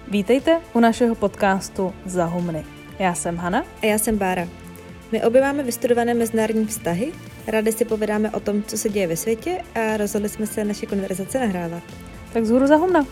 Vítejte u našeho podcastu Za humny. Já jsem Hana. A já jsem Bára. My obě máme vystudované mezinárodní vztahy, rádi si povídáme o tom, co se děje ve světě a rozhodli jsme se naše konverzace nahrávat. Tak vzhůru za humna.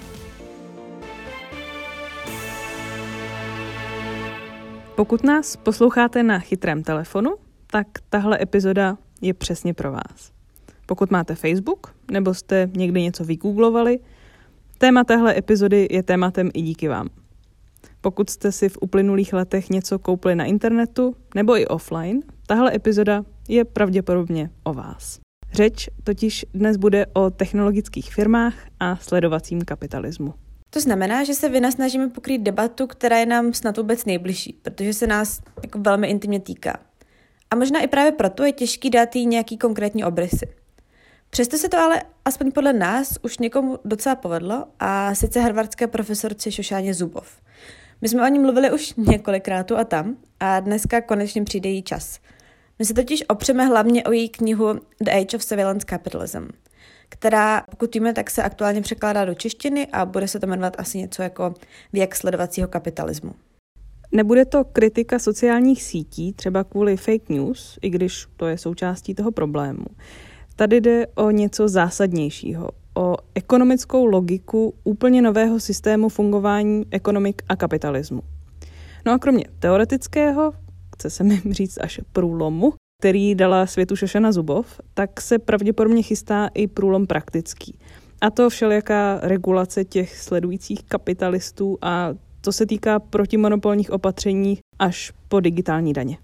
Pokud nás posloucháte na chytrém telefonu, tak tahle epizoda je přesně pro vás. Pokud máte Facebook, nebo jste někdy něco vygooglovali, téma téhle epizody je tématem i díky vám. Pokud jste si v uplynulých letech něco koupili na internetu, nebo i offline, tahle epizoda je pravděpodobně o vás. Řeč totiž dnes bude o technologických firmách a sledovacím kapitalismu. To znamená, že se vynasnažíme pokrýt debatu, která je nám snad vůbec nejbližší, protože se nás velmi intimně týká. A možná i právě proto je těžký dát jí nějaký konkrétní obrysy. Přesto se to ale aspoň podle nás už někomu docela povedlo, a sice harvardské profesorce Šošáně Zuboff. My jsme o ní mluvili už několikrát tu a tam a dneska konečně přijde jí čas. My se totiž opřeme hlavně o její knihu The Age of Surveillance Capitalism, která, pokud víme, tak se aktuálně překládá do češtiny a bude se to jmenovat asi něco jako Věk sledovacího kapitalismu. Nebude to kritika sociálních sítí, třeba kvůli fake news, i když to je součástí toho problému. Tady jde o něco zásadnějšího, o ekonomickou logiku úplně nového systému fungování ekonomik a kapitalismu. No a kromě teoretického, chce se mi říct až průlomu, který dala světu Šošana Zuboff, tak se pravděpodobně chystá i průlom praktický. A to všelijaká regulace těch sledujících kapitalistů, a to se týká protimonopolních opatření až po digitální daně.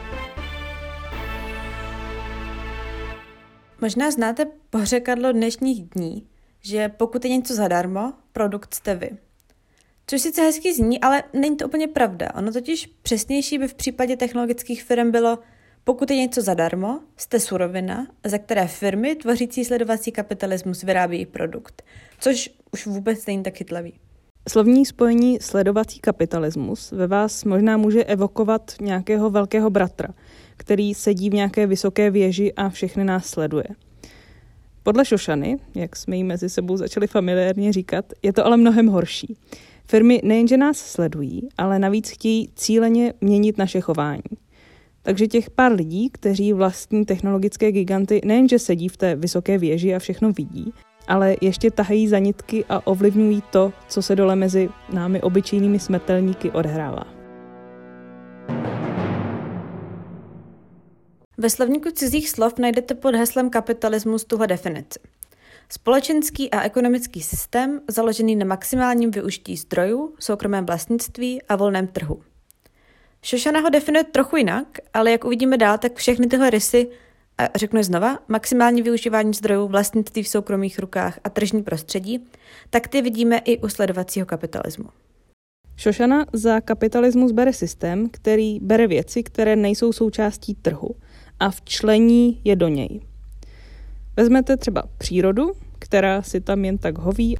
Možná znáte pořekadlo dnešních dní, že pokud je něco zadarmo, produkt jste vy. Což sice hezky zní, ale není to úplně pravda. Ono totiž přesnější by v případě technologických firm bylo, pokud je něco zadarmo, jste surovina, za které firmy tvořící sledovací kapitalismus vyrábějí produkt. Což už vůbec není tak chytlavý. Slovní spojení sledovací kapitalismus ve vás možná může evokovat nějakého velkého bratra, který sedí v nějaké vysoké věži a všechny nás sleduje. Podle Šošany, jak jsme jí mezi sebou začali familiárně říkat, je to ale mnohem horší. Firmy nejenže nás sledují, ale navíc chtějí cíleně měnit naše chování. Takže těch pár lidí, kteří vlastní technologické giganty, nejenže sedí v té vysoké věži a všechno vidí, ale ještě tahají za nitky a ovlivňují to, co se dole mezi námi obyčejnými smrtelníky odehrává. Ve slovníku cizích slov najdete pod heslem kapitalismus tuhle definici. Společenský a ekonomický systém založený na maximálním využití zdrojů, soukromém vlastnictví a volném trhu. Šošana ho definuje trochu jinak, ale jak uvidíme dál, tak všechny tyhle rysy, a řeknu znova, maximální využívání zdrojů, vlastnictví v soukromých rukách a tržní prostředí, tak ty vidíme i u sledovacího kapitalismu. Šošana za kapitalismus bere systém, který bere věci, které nejsou součástí trhu, a včlení je do něj. Vezmete třeba přírodu, která si tam jen tak hoví,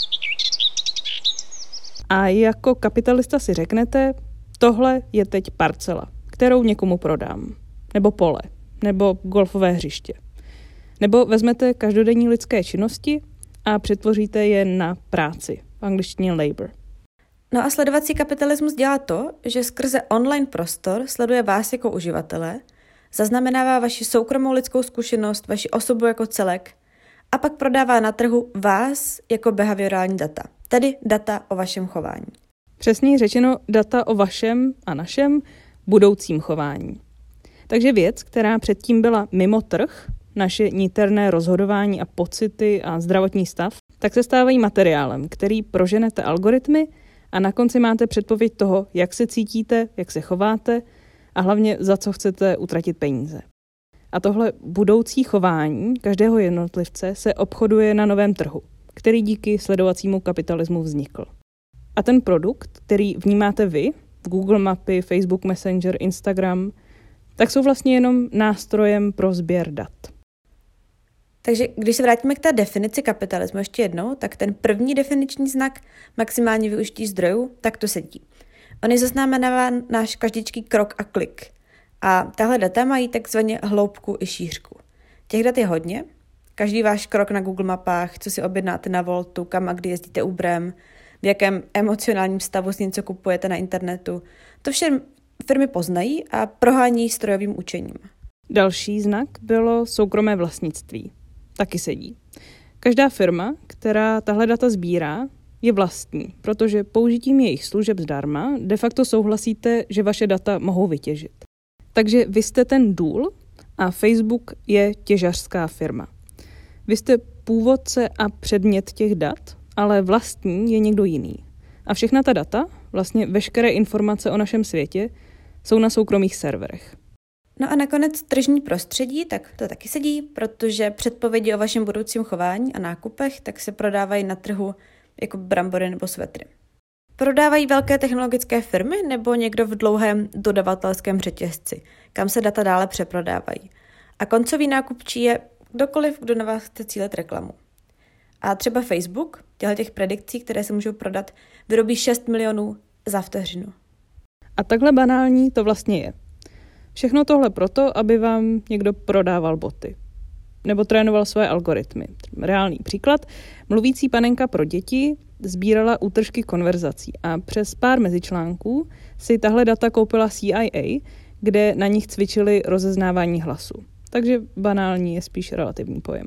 a jako kapitalista si řeknete, tohle je teď parcela, kterou někomu prodám, nebo pole, nebo golfové hřiště. Nebo vezmete každodenní lidské činnosti a přetvoříte je na práci, v angličtině labor. No a sledovací kapitalismus dělá to, že skrze online prostor sleduje vás jako uživatele, zaznamenává vaši soukromou lidskou zkušenost, vaši osobu jako celek a pak prodává na trhu vás jako behaviorální data, tedy data o vašem chování. Přesněji řečeno data o vašem a našem budoucím chování. Takže věc, která předtím byla mimo trh, naše niterné rozhodování a pocity a zdravotní stav, tak se stávají materiálem, který proženete algoritmy a na konci máte předpověď toho, jak se cítíte, jak se chováte a hlavně za co chcete utratit peníze. A tohle budoucí chování každého jednotlivce se obchoduje na novém trhu, který díky sledovacímu kapitalismu vznikl. A ten produkt, který vnímáte vy, Google Mapy, Facebook Messenger, Instagram, tak jsou vlastně jenom nástrojem pro sběr dat. Takže když se vrátíme k té definici kapitalismu ještě jednou, tak ten první definiční znak maximální využití zdrojů, tak to sedí. On je zaznamenává náš každičký krok a klik. A tahle data mají takzvaně hloubku i šířku. Těch dat je hodně. Každý váš krok na Google mapách, co si objednáte na Woltu, kam a kdy jezdíte Uberem, v jakém emocionálním stavu si něco kupujete na internetu. To vše firmy poznají a prohání strojovým učením. Další znak bylo soukromé vlastnictví. Taky sedí. Každá firma, která tahle data sbírá, je vlastní, protože použitím jejich služeb zdarma de facto souhlasíte, že vaše data mohou vytěžit. Takže vy jste ten důl a Facebook je těžařská firma. Vy jste původce a předmět těch dat, ale vlastní je někdo jiný. A všechna ta data, vlastně veškeré informace o našem světě, jsou na soukromých serverech. No a nakonec tržní prostředí, tak to taky sedí, protože předpovědi o vašem budoucím chování a nákupech tak se prodávají na trhu jako brambory nebo svetry. Prodávají velké technologické firmy nebo někdo v dlouhém dodavatelském řetězci, kam se data dále přeprodávají. A koncový nákupčí je kdokoliv, kdo na vás chce cílit reklamu. A třeba Facebook, těch predikcí, které se můžou prodat, vyrobí 6 milionů za vteřinu. A takhle banální to vlastně je. Všechno tohle proto, aby vám někdo prodával boty. Nebo trénoval své algoritmy. Reálný příklad. Mluvící panenka pro děti sbírala útržky konverzací a přes pár mezičlánků si tahle data koupila CIA, kde na nich cvičili rozeznávání hlasu. Takže banální je spíš relativní pojem.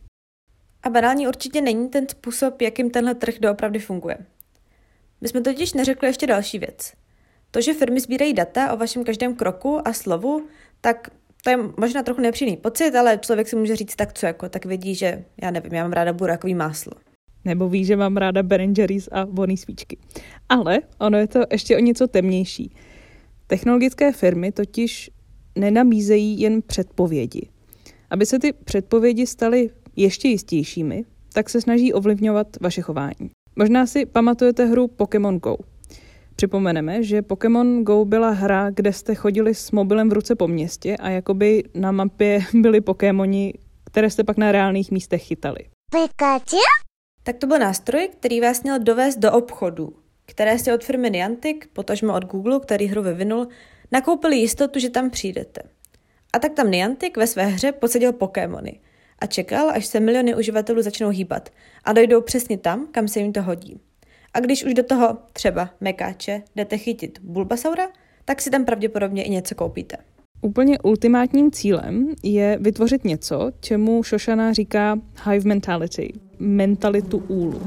A banální určitě není ten způsob, jakým tenhle trh doopravdy funguje. My jsme totiž neřekli ještě další věc. To, že firmy sbírají data o vašem každém kroku a slovu, tak to je možná trochu nepříjemný pocit, ale člověk si může říct tak co jako, tak vidí, že já nevím, já mám ráda burakový máslo. Nebo ví, že mám ráda Ben & Jerry's a vonný svíčky. Ale ono je to ještě o něco temnější. Technologické firmy totiž nenabízejí jen předpovědi. Aby se ty předpovědi staly ještě jistějšími, tak se snaží ovlivňovat vaše chování. Možná si pamatujete hru Pokémon Go. Připomeneme, že Pokémon Go byla hra, kde jste chodili s mobilem v ruce po městě a jakoby na mapě byli Pokémoni, které jste pak na reálných místech chytali. Pikachu? Tak to byl nástroj, který vás měl dovést do obchodů, které si od firmy Niantic, potažmo od Google, který hru vyvinul, nakoupili jistotu, že tam přijdete. A tak tam Niantic ve své hře posadil Pokémony a čekal, až se miliony uživatelů začnou hýbat a dojdou přesně tam, kam se jim to hodí. A když už do toho třeba mekáče jdete chytit Bulbasaura, tak si tam pravděpodobně i něco koupíte. Úplně ultimátním cílem je vytvořit něco, čemu Shoshana říká hive mentality, mentalitu úlu.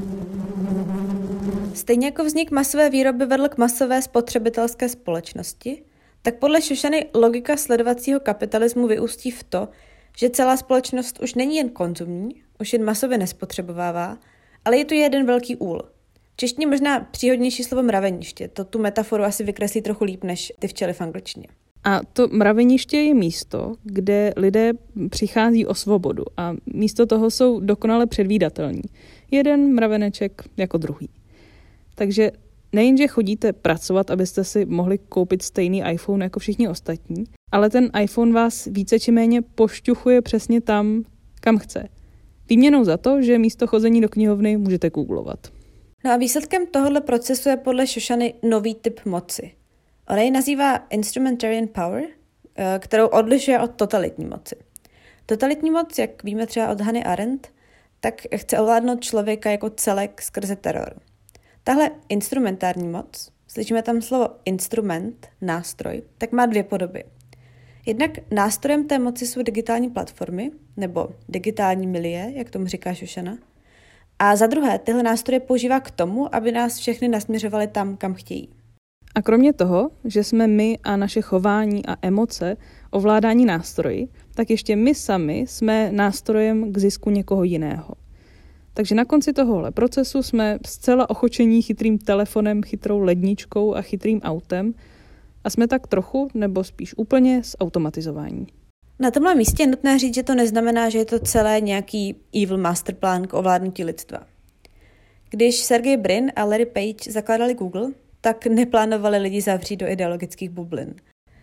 Stejně jako vznik masové výroby vedl k masové spotřebitelské společnosti, tak podle Shoshany logika sledovacího kapitalismu vyústí v to, že celá společnost už není jen konzumní, už jen masově nespotřebovává, ale je tu jeden velký úl. V češtině možná příhodnější slovo mraveniště, to tu metaforu asi vykreslí trochu líp než ty včely v angličtině. A to mraveniště je místo, kde lidé přichází o svobodu a místo toho jsou dokonale předvídatelní. Jeden mraveneček jako druhý. Takže nejenže chodíte pracovat, abyste si mohli koupit stejný iPhone jako všichni ostatní, ale ten iPhone vás více či méně pošťuchuje přesně tam, kam chce. Výměnou za to, že místo chození do knihovny můžete googlovat. No a výsledkem tohoto procesu je podle Shoshany nový typ moci. Ona ji nazývá instrumentarian power, kterou odlišuje od totalitní moci. Totalitní moc, jak víme třeba od Hannah Arendt, tak chce ovládnout člověka jako celek skrze teror. Tahle instrumentární moc, slyšíme tam slovo instrument, nástroj, tak má dvě podoby. Jednak nástrojem té moci jsou digitální platformy, nebo digitální milie, jak tomu říká Shoshana. A za druhé, tyhle nástroje používá k tomu, aby nás všechny nasměřovaly tam, kam chtějí. A kromě toho, že jsme my a naše chování a emoce ovládání nástroji, tak ještě my sami jsme nástrojem k zisku někoho jiného. Takže na konci tohohle procesu jsme zcela ochočení chytrým telefonem, chytrou ledničkou a chytrým autem a jsme tak trochu, nebo spíš úplně zautomatizování. Na tomhle místě je nutné říct, že to neznamená, že je to celé nějaký evil masterplan k ovládnutí lidstva. Když Sergey Brin a Larry Page zakládali Google, tak neplánovali lidi zavřít do ideologických bublin.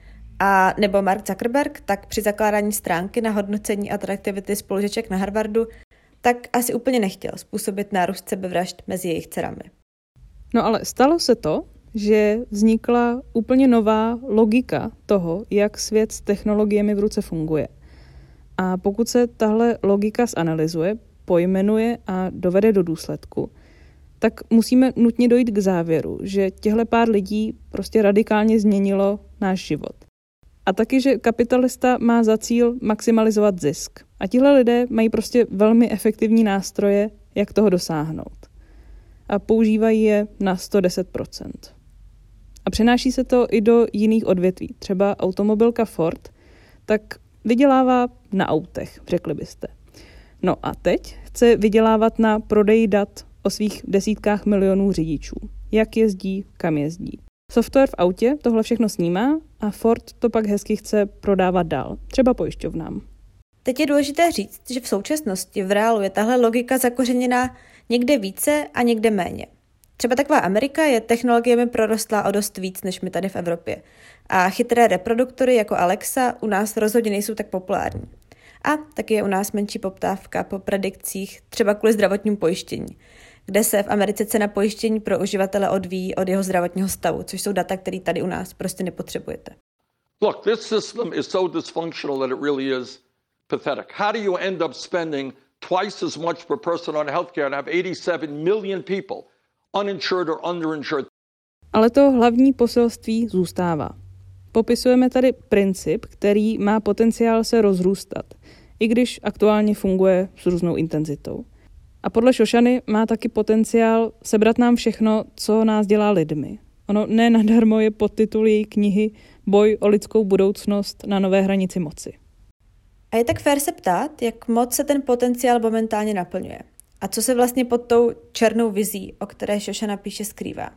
A nebo Mark Zuckerberg, tak při zakládání stránky na hodnocení atraktivity spolužeček na Harvardu, tak asi úplně nechtěl způsobit nárůst sebevražd mezi jejich dcerami. No ale stalo se to, že vznikla úplně nová logika toho, jak svět s technologiemi v ruce funguje. A pokud se tahle logika zanalyzuje, pojmenuje a dovede do důsledku, tak musíme nutně dojít k závěru, že těhle pár lidí prostě radikálně změnilo náš život. A taky, že kapitalista má za cíl maximalizovat zisk. A tihle lidé mají prostě velmi efektivní nástroje, jak toho dosáhnout. A používají je na 110%. A přenáší se to i do jiných odvětví. Třeba automobilka Ford, tak vydělává na autech, řekli byste. No a teď chce vydělávat na prodeji dat o svých desítkách milionů řidičů. Jak jezdí, kam jezdí. Software v autě tohle všechno snímá a Ford to pak hezky chce prodávat dál, třeba pojišťovnám. Teď je důležité říct, že v současnosti v reálu je tahle logika zakořeněná někde více a někde méně. Třeba taková Amerika je technologiemi prorostlá o dost víc než my tady v Evropě. A chytré reproduktory jako Alexa u nás rozhodně nejsou tak populární. A taky je u nás menší poptávka po predikcích, třeba kvůli zdravotnímu pojištění, kde se v Americe cena pojištění pro uživatele odvíjí od jeho zdravotního stavu, což jsou data, které tady u nás prostě nepotřebujete. Look, this system is so dysfunctional that it really is pathetic. How do you end up spending twice as much per person on healthcare and have 87 million people uninsured or underinsured? Ale to hlavní poselství zůstává. Popisujeme tady princip, který má potenciál se rozrůstat, i když aktuálně funguje s různou intenzitou. A podle Shoshany má taky potenciál sebrat nám všechno, co nás dělá lidmi. Ono ne nadarmo je podtitul její knihy Boj o lidskou budoucnost na nové hranici moci. A je tak fér se ptát, jak moc se ten potenciál momentálně naplňuje. A co se vlastně pod tou černou vizí, o které Shoshana píše, skrývá.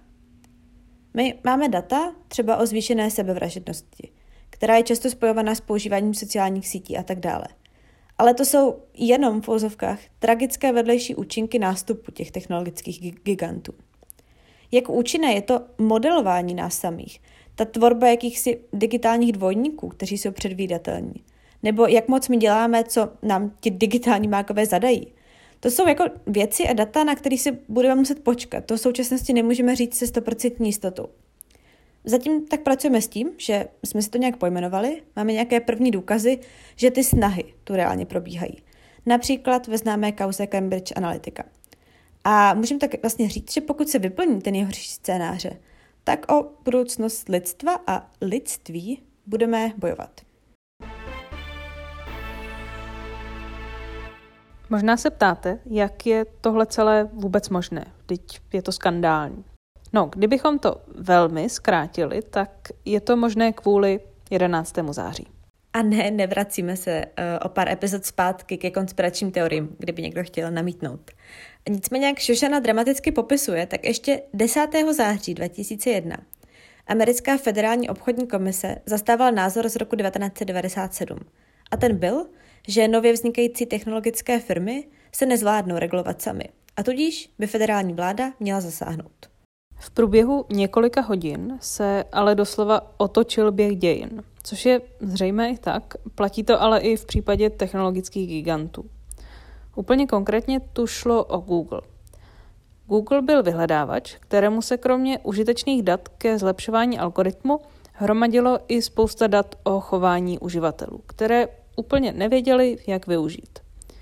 My máme data třeba o zvýšené sebevražednosti, která je často spojovaná s používáním sociálních sítí a tak dále. Ale to jsou jenom v uvozovkách tragické vedlejší účinky nástupu těch technologických gigantů. Jak účinné je to modelování nás samých, ta tvorba jakýchsi digitálních dvojníků, kteří jsou předvídatelní, nebo jak moc my děláme, co nám ti digitální mákové zadají. To jsou jako věci a data, na které si budeme muset počkat. To v současnosti nemůžeme říct se 100% jistotou. Zatím tak pracujeme s tím, že jsme si to nějak pojmenovali, máme nějaké první důkazy, že ty snahy tu reálně probíhají. Například ve známé kauze Cambridge Analytica. A můžeme tak vlastně říct, že pokud se vyplní ten nejhorší scénáře, tak o budoucnost lidstva a lidství budeme bojovat. Možná se ptáte, jak je tohle celé vůbec možné, vždyť je to skandální. No, kdybychom to velmi zkrátili, tak je to možné kvůli 11. září. A ne, nevracíme se o pár epizod zpátky ke konspiračním teoriím, kdyby někdo chtěl namítnout. Nicméně, jak Shoshana dramaticky popisuje, tak ještě 10. září 2001 americká federální obchodní komise zastávala názor z roku 1997. A ten byl, že nově vznikající technologické firmy se nezvládnou regulovat sami. A tudíž by federální vláda měla zasáhnout. V průběhu několika hodin se ale doslova otočil běh dějin, což je zřejmé i tak, platí to ale i v případě technologických gigantů. Úplně konkrétně tu šlo o Google. Google byl vyhledávač, kterému se kromě užitečných dat ke zlepšování algoritmu hromadilo i spousta dat o chování uživatelů, které úplně nevěděli, jak využít.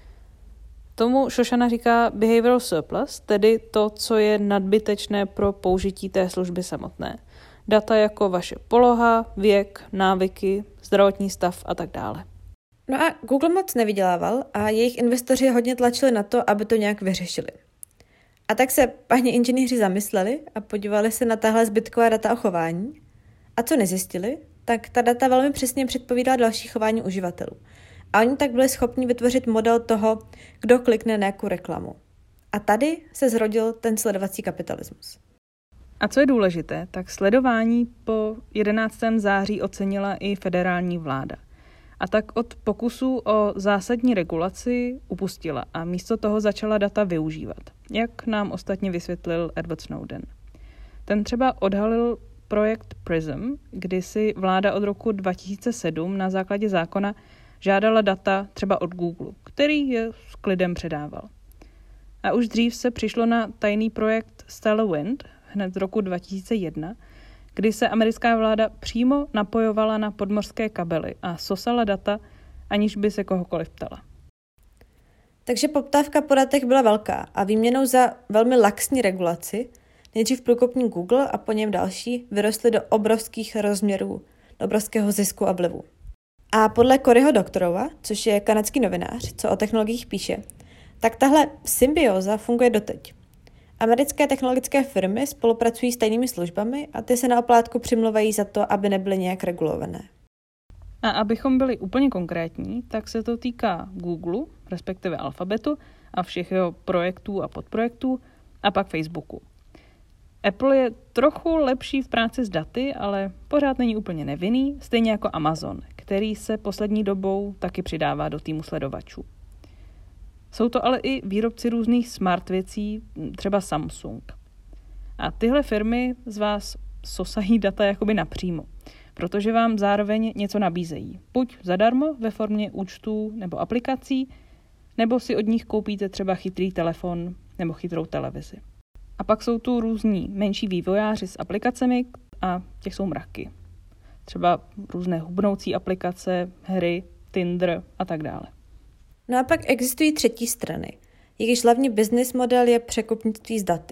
Tomu Shoshana říká behavioral surplus, tedy to, co je nadbytečné pro použití té služby samotné. Data jako vaše poloha, věk, návyky, zdravotní stav a tak dále. No a Google moc nevydělával a jejich investoři hodně tlačili na to, aby to nějak vyřešili. A tak se páni inženýři zamysleli a podívali se na tahle zbytková data o chování. A co nezjistili, tak ta data velmi přesně předpovídala další chování uživatelů. A oni tak byli schopni vytvořit model toho, kdo klikne na jakou reklamu. A tady se zrodil ten sledovací kapitalismus. A co je důležité, tak sledování po 11. září ocenila i federální vláda. A tak od pokusů o zásadní regulaci upustila a místo toho začala data využívat, jak nám ostatně vysvětlil Edward Snowden. Ten třeba odhalil projekt PRISM, kdy si vláda od roku 2007 na základě zákona žádala data třeba od Google, který je s klidem předával. A už dřív se přišlo na tajný projekt Stellar Wind, hned z roku 2001, kdy se americká vláda přímo napojovala na podmořské kabely a sosala data, aniž by se kohokoliv ptala. Takže poptávka po datech byla velká a výměnou za velmi laxní regulaci, nejdřív průkopník Google a po něm další, vyrostly do obrovských rozměrů, do obrovského zisku a vlivu. A podle Coryho Doctorova, což je kanadský novinář, co o technologiích píše, tak tahle symbioza funguje doteď. Americké technologické firmy spolupracují s tajnými službami a ty se na oplátku přimlouvají za to, aby nebyly nějak regulované. A abychom byli úplně konkrétní, tak se to týká Google, respektive Alphabetu a všech jeho projektů a podprojektů a pak Facebooku. Apple je trochu lepší v práci s daty, ale pořád není úplně nevinný, stejně jako Amazon, který se poslední dobou taky přidává do týmu sledovačů. Jsou to ale i výrobci různých smart věcí, třeba Samsung. A tyhle firmy z vás sosají data jakoby napřímo, protože vám zároveň něco nabízejí. Buď zadarmo ve formě účtů nebo aplikací, nebo si od nich koupíte třeba chytrý telefon nebo chytrou televizi. A pak jsou tu různí menší vývojáři s aplikacemi a těch jsou mraky. Třeba různé hubnoucí aplikace, hry, Tinder a tak dále. No a pak existují třetí strany. Jejichž hlavní business model je překupnictví s daty.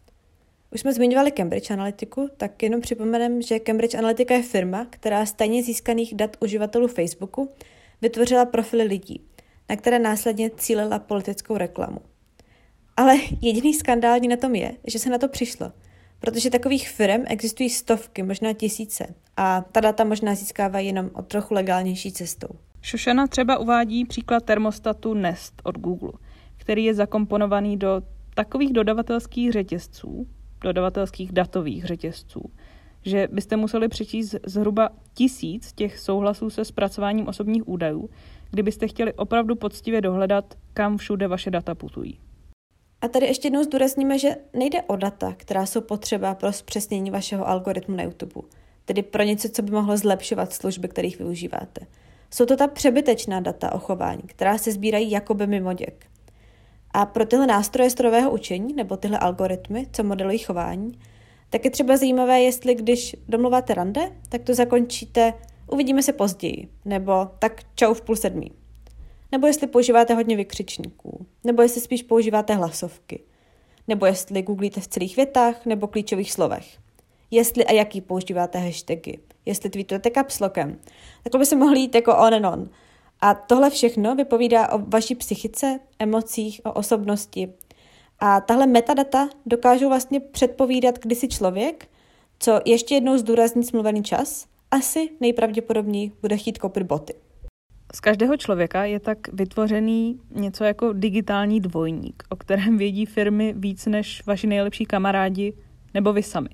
Už jsme zmiňovali Cambridge Analytiku, tak jenom připomenem, že Cambridge Analytica je firma, která z tajně získaných dat uživatelů Facebooku vytvořila profily lidí, na které následně cílila politickou reklamu. Ale jediný skandální na tom je, že se na to přišlo, protože takových firm existují stovky, možná tisíce a ta data možná získávají jenom o trochu legálnější cestou. Shoshana třeba uvádí příklad termostatu Nest od Google, který je zakomponovaný do takových dodavatelských řetězců, dodavatelských datových řetězců, že byste museli přečíst zhruba 1000 těch souhlasů se zpracováním osobních údajů, kdybyste chtěli opravdu poctivě dohledat, kam všude vaše data putují. A tady ještě jednou zdůrazníme, že nejde o data, která jsou potřeba pro zpřesnění vašeho algoritmu na YouTube, tedy pro něco, co by mohlo zlepšovat služby, kterých využíváte. Jsou to ta přebytečná data o chování, která se sbírají jakoby mimo děk. A pro tyhle nástroje strojového učení, nebo tyhle algoritmy, co modelují chování, tak je třeba zajímavé, jestli když domluváte rande, tak to zakončíte uvidíme se později, nebo tak čau v 6:30. Nebo jestli používáte hodně vykřičníků, nebo jestli spíš používáte hlasovky, nebo jestli googlíte v celých větách nebo klíčových slovech. Jestli a jaký používáte hashtagy, jestli tweetujete caps lockem. Takhle by se mohli jít jako on and on. A tohle všechno vypovídá o vaší psychice, emocích, o osobnosti. A tahle metadata dokážou vlastně předpovídat, kdy si člověk, co ještě jednou zdůrazní smluvený čas, asi nejpravděpodobněji bude chtít koupit boty. Z každého člověka je tak vytvořený něco jako digitální dvojník, o kterém vědí firmy víc než vaši nejlepší kamarádi nebo vy sami.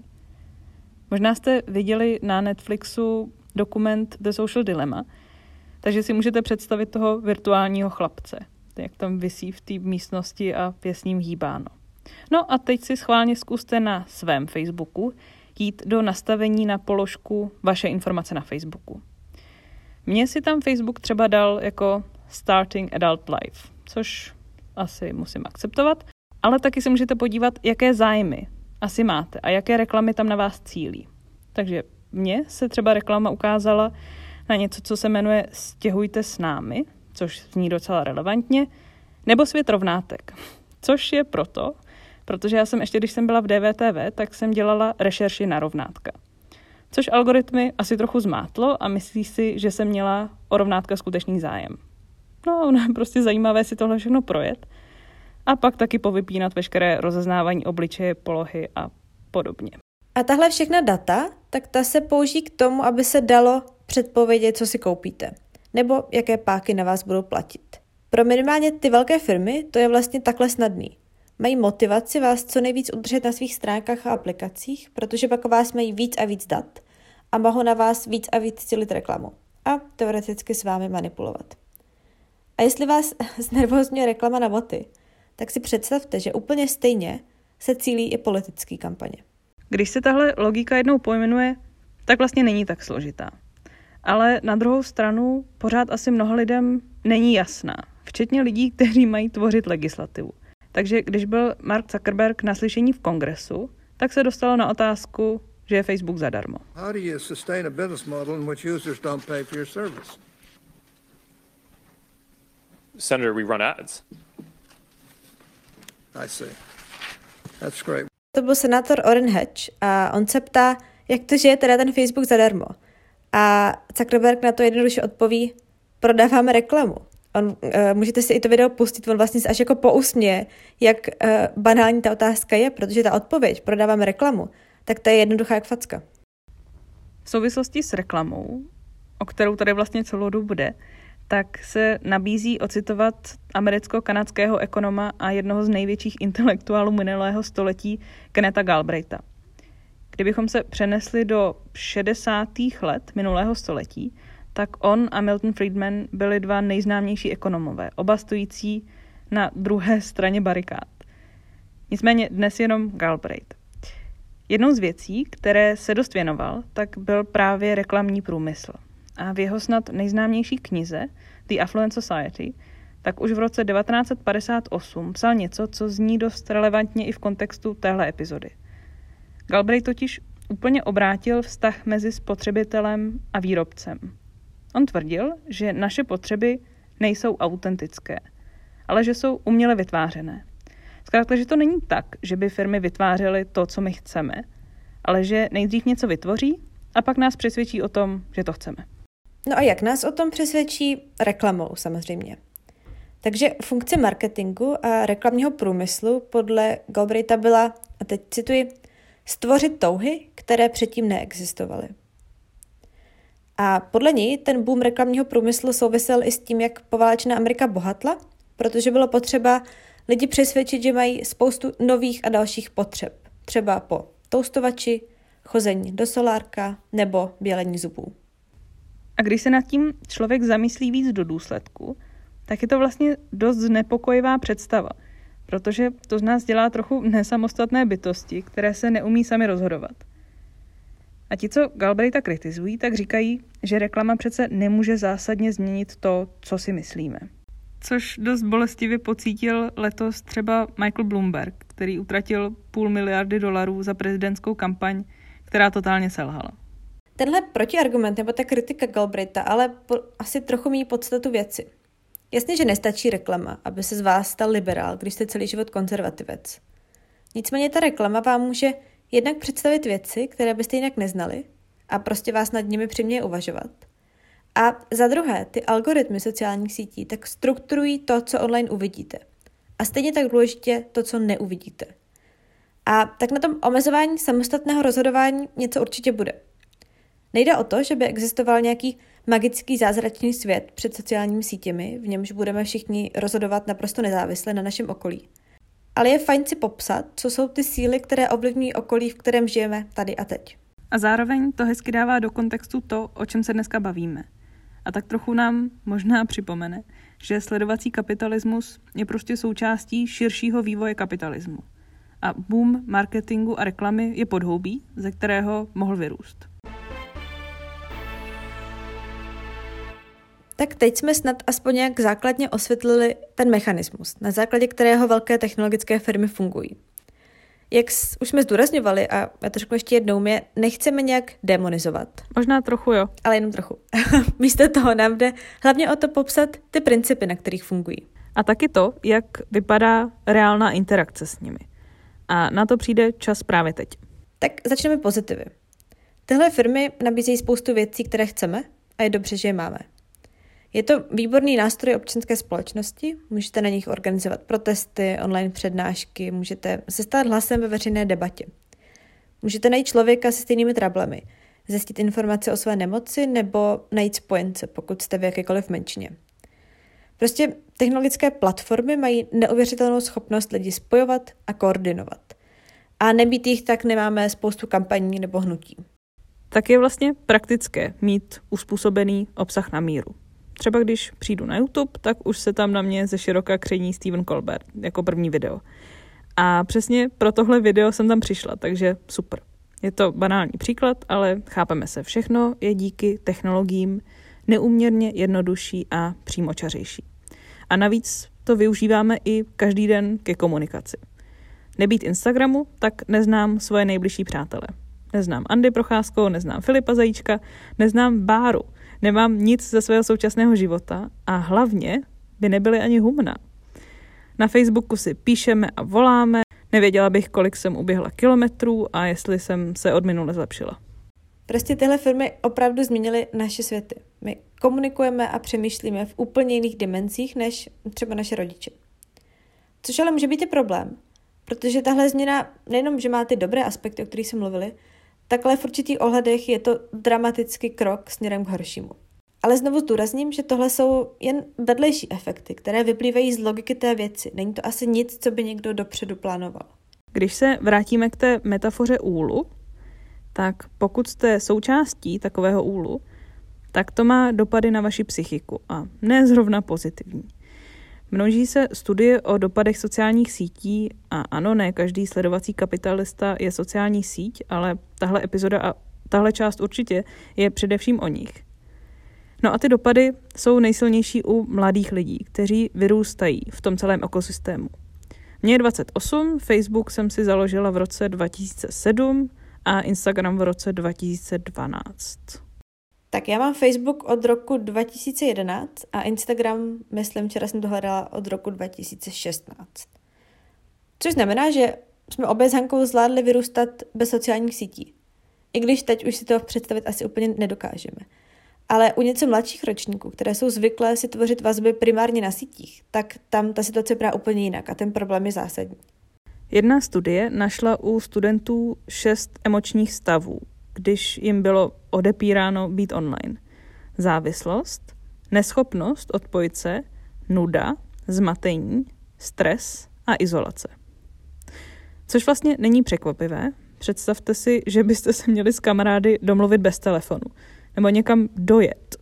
Možná jste viděli na Netflixu dokument The Social Dilemma, takže si můžete představit toho virtuálního chlapce, jak tam visí v té místnosti a je s ním hýbáno. No a teď si schválně zkuste na svém Facebooku jít do nastavení na položku vaše informace na Facebooku. Mně si tam Facebook třeba dal jako Starting Adult Life, což asi musím akceptovat, ale taky si můžete podívat, jaké zájmy asi máte a jaké reklamy tam na vás cílí. Takže mně se třeba reklama ukázala na něco, co se jmenuje Stěhujte s námi, což zní docela relevantně, nebo Svět rovnátek, což je protože já jsem ještě, když jsem byla v DVTV, tak jsem dělala rešerši na rovnátka. Což algoritmy asi trochu zmátlo a myslí si, že jsem měla o rovnátka skutečný zájem. No, je prostě zajímavé si tohle všechno projet a pak taky povypínat veškeré rozeznávání obličeje, polohy a podobně. A tahle všechna data, tak ta se použijí k tomu, aby se dalo předpovědět, co si koupíte, nebo jaké páky na vás budou platit. Pro minimálně ty velké firmy to je vlastně takhle snadný. Mají motivaci vás co nejvíc udržet na svých stránkách a aplikacích, protože pak o vás mají víc a víc dat a mohou na vás víc a víc cílit reklamu a teoreticky s vámi manipulovat. A jestli vás znervózňuje reklama na boty, tak si představte, že úplně stejně se cílí i politické kampaně. Když se tahle logika jednou pojmenuje, tak vlastně není tak složitá. Ale na druhou stranu pořád asi mnoho lidem není jasná, včetně lidí, kteří mají tvořit legislativu. Takže když byl Mark Zuckerberg na slyšení v Kongresu, tak se dostalo na otázku, že je Facebook zadarmo. How do you sustain a business model in which users don't pay for your service? Senator, we run ads. I see. That's great. To byl senátor Orrin Hatch a on se ptá, jak to, že je teda ten Facebook zadarmo. A Zuckerberg na to jednoduše odpoví, prodáváme reklamu. Můžete si i to video pustit, on vlastně se až jako pousměje, jak banální ta otázka je, protože ta odpověď, prodáváme reklamu, tak ta je jednoduchá jak facka. V souvislosti s reklamou, o kterou tady vlastně celou dobu bude, tak se nabízí ocitovat americko-kanadského ekonoma a jednoho z největších intelektuálů minulého století Kennetha Galbraitha. Kdybychom se přenesli do 60. let minulého století, tak on a Milton Friedman byli dva nejznámější ekonomové, oba stojící na druhé straně barikád. Nicméně dnes jenom Galbraith. Jednou z věcí, které se dost věnoval, tak byl právě reklamní průmysl. A v jeho snad nejznámější knize The Affluent Society tak už v roce 1958 psal něco, co zní dost relevantně i v kontextu téhle epizody. Galbraith totiž úplně obrátil vztah mezi spotřebitelem a výrobcem. On tvrdil, že naše potřeby nejsou autentické, ale že jsou uměle vytvářené. Zkrátka, že to není tak, že by firmy vytvářely to, co my chceme, ale že nejdřív něco vytvoří a pak nás přesvědčí o tom, že to chceme. No a jak nás o tom přesvědčí? Reklamou samozřejmě. Takže funkce marketingu a reklamního průmyslu podle Galbraitha byla, a teď cituji, stvořit touhy, které předtím neexistovaly. A podle něj ten boom reklamního průmyslu souvisel i s tím, jak poválečná Amerika bohatla, protože bylo potřeba lidi přesvědčit, že mají spoustu nových a dalších potřeb. Třeba po toustovači, chození do solárka nebo bělení zubů. A když se nad tím člověk zamyslí víc do důsledku, tak je to vlastně dost znepokojivá představa, protože to z nás dělá trochu nesamostatné bytosti, které se neumí sami rozhodovat. A ti, co Galbraitha kritizují, tak říkají, že reklama přece nemůže zásadně změnit to, co si myslíme. Což dost bolestivě pocítil letos třeba Michael Bloomberg, který utratil $500 miliardy za prezidentskou kampaň, která totálně selhala. Tenhle protiargument nebo ta kritika Galbraitha ale asi trochu míjí podstatu věci. Jasně, že nestačí reklama, aby se z vás stal liberál, když jste celý život konzervativec. Nicméně ta reklama vám může jednak představit věci, které byste jinak neznali a prostě vás nad nimi přiměje uvažovat. A za druhé, ty algoritmy sociálních sítí tak strukturují to, co online uvidíte. A stejně tak důležitě to, co neuvidíte. A tak na tom omezování samostatného rozhodování něco určitě bude. Nejde o to, že by existoval nějaký magický zázračný svět před sociálními sítěmi, v němž budeme všichni rozhodovat naprosto nezávisle na našem okolí. Ale je fajn si popsat, co jsou ty síly, které ovlivňují okolí, v kterém žijeme tady a teď. A zároveň to hezky dává do kontextu to, o čem se dneska bavíme. A tak trochu nám možná připomene, že sledovací kapitalismus je prostě součástí širšího vývoje kapitalismu. A boom marketingu a reklamy je podhoubí, ze kterého mohl vyrůst. Tak teď jsme snad aspoň nějak základně osvětlili ten mechanismus, na základě kterého velké technologické firmy fungují. Jak už jsme zdůrazňovali, a já to řeknu ještě jednou, my nechceme nějak demonizovat. Možná trochu jo. Ale jenom trochu. Místo toho nám jde hlavně o to popsat ty principy, na kterých fungují. A taky to, jak vypadá reálná interakce s nimi. A na to přijde čas právě teď. Tak začneme pozitivy. Tyhle firmy nabízejí spoustu věcí, které chceme a je dobře, že je máme. Je to výborný nástroj občanské společnosti, můžete na nich organizovat protesty, online přednášky, můžete se stát hlasem ve veřejné debatě. Můžete najít člověka se stejnými trablemi, zjistit informace o své nemoci nebo najít spojence, pokud jste v jakékoliv menšině. Prostě technologické platformy mají neuvěřitelnou schopnost lidi spojovat a koordinovat. A nebýt jich, tak nemáme spoustu kampaní nebo hnutí. Tak je vlastně praktické mít uspůsobený obsah na míru. Třeba když přijdu na YouTube, tak už se tam na mě ze široka kření Stephen Colbert jako první video. A přesně pro tohle video jsem tam přišla, takže super. Je to banální příklad, ale chápeme se, všechno je díky technologiím neúměrně jednodušší a přímočařejší. A navíc to využíváme i každý den ke komunikaci. Nebýt Instagramu, tak neznám svoje nejbližší přátele. Neznám Andy Procházkou, neznám Filipa Zajíčka, neznám Báru. Nemám nic ze svého současného života a hlavně by nebyly ani humna. Na Facebooku si píšeme a voláme, nevěděla bych, kolik jsem uběhla kilometrů a jestli jsem se od minule zlepšila. Prostě tyhle firmy opravdu změnily naše světy. My komunikujeme a přemýšlíme v úplně jiných dimenzích než třeba naše rodiče. Což ale může být i problém, protože tahle změna nejenom, že má ty dobré aspekty, o kterých jsme mluvili, takhle v určitých ohledech je to dramatický krok směrem k horšímu. Ale znovu zdůrazním, že tohle jsou jen vedlejší efekty, které vyplývají z logiky té věci. Není to asi nic, co by někdo dopředu plánoval. Když se vrátíme k té metafoře úlu, tak pokud jste součástí takového úlu, tak to má dopady na vaši psychiku a ne zrovna pozitivní. Množí se studie o dopadech sociálních sítí a ano, ne každý sledovací kapitalista je sociální síť, ale tahle epizoda a tahle část určitě je především o nich. No a ty dopady jsou nejsilnější u mladých lidí, kteří vyrůstají v tom celém ekosystému. Mně je 28, Facebook jsem si založila v roce 2007 a Instagram v roce 2012. Tak já mám Facebook od roku 2011 a Instagram, myslím, včera jsem to hledala od roku 2016. Což znamená, že jsme obě s Hankou zvládli vyrůstat bez sociálních sítí. I když teď už si to představit asi úplně nedokážeme. Ale u něco mladších ročníků, které jsou zvyklé si tvořit vazby primárně na sítích, tak tam ta situace vypadá úplně jinak a ten problém je zásadní. Jedna studie našla u studentů 6 emočních stavů, když jim bylo odepíráno být online. Závislost, neschopnost odpojit se, nuda, zmatení, stres a izolace. Což vlastně není překvapivé. Představte si, že byste se měli s kamarády domluvit bez telefonu nebo někam dojet.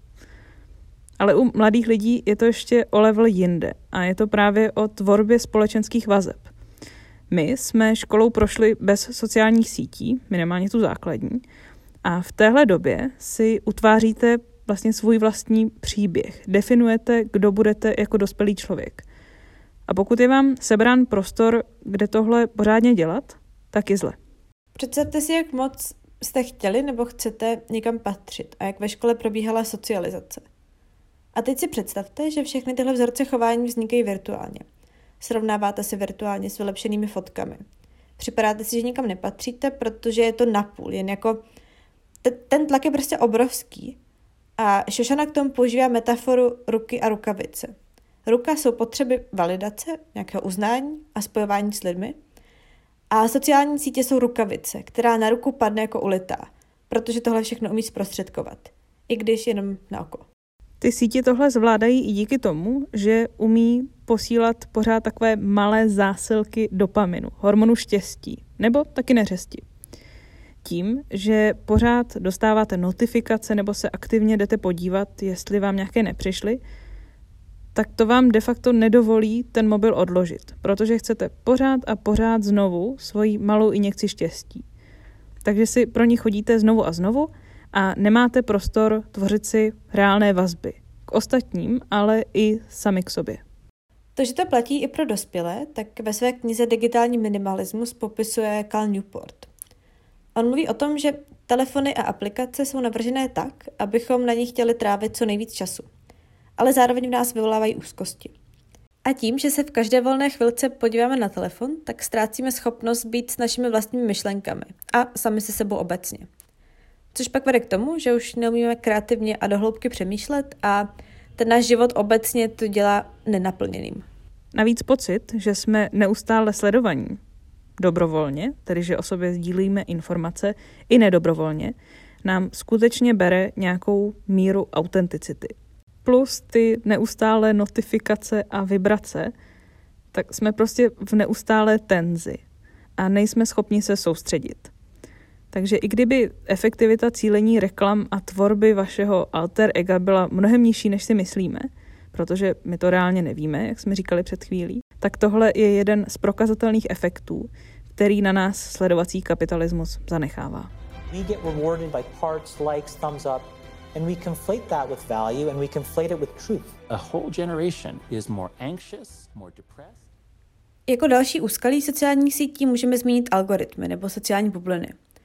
Ale u mladých lidí je to ještě o level jinde a je to právě o tvorbě společenských vazeb. My jsme školou prošli bez sociálních sítí, minimálně tu základní, a v téhle době si utváříte vlastně svůj vlastní příběh. Definujete, kdo budete jako dospělý člověk. A pokud je vám sebrán prostor, kde tohle pořádně dělat, tak je zle. Představte si, jak moc jste chtěli nebo chcete někam patřit a jak ve škole probíhala socializace. A teď si představte, že všechny tyhle vzorce chování vznikají virtuálně. Srovnáváte se virtuálně s vylepšenými fotkami. Připadáte si, že nikam nepatříte, protože je to napůl, jen jako ten tlak je prostě obrovský. A Shoshana k tomu používá metaforu ruky a rukavice. Ruka jsou potřeby validace, nějakého uznání a spojování s lidmi. A sociální sítě jsou rukavice, která na ruku padne jako ulitá, protože tohle všechno umí zprostředkovat, i když jenom na oko. Ty sítě tohle zvládají i díky tomu, že umí posílat pořád takové malé zásilky dopaminu, hormonu štěstí, nebo taky neřesti. Tím, že pořád dostáváte notifikace nebo se aktivně jdete podívat, jestli vám nějaké nepřišly, tak to vám de facto nedovolí ten mobil odložit, protože chcete pořád a pořád znovu svoji malou injekci štěstí. Takže si pro ní chodíte znovu a znovu a nemáte prostor tvořit si reálné vazby k ostatním, ale i sami k sobě. To, že to platí i pro dospělé, tak ve své knize Digitální minimalismus popisuje Cal Newport. On mluví o tom, že telefony a aplikace jsou navržené tak, abychom na nich chtěli trávit co nejvíc času, ale zároveň v nás vyvolávají úzkosti. A tím, že se v každé volné chvilce podíváme na telefon, tak ztrácíme schopnost být s našimi vlastními myšlenkami a sami se sebou obecně. Což pak vede k tomu, že už neumíme kreativně a dohloubky přemýšlet a ten náš život obecně to dělá nenaplněným. Navíc pocit, že jsme neustále sledovaní dobrovolně, tedy že o sobě sdílíme informace i nedobrovolně, nám skutečně bere nějakou míru autenticity. Plus ty neustálé notifikace a vibrace, tak jsme prostě v neustálé tenzi a nejsme schopni se soustředit. Takže i kdyby efektivita cílení reklam a tvorby vašeho alter ega byla mnohem nižší, než si myslíme, protože my to reálně nevíme, jak jsme říkali před chvílí, tak tohle je jeden z prokazatelných efektů, který na nás sledovací kapitalismus zanechává. We get rewarded by parts, likes, thumbs up, and we conflate that with value and we conflate it with truth. A whole generation is more anxious, more depressed. Jako další úskalí sociálních sítí můžeme zmínit algoritmy nebo sociální bubliny.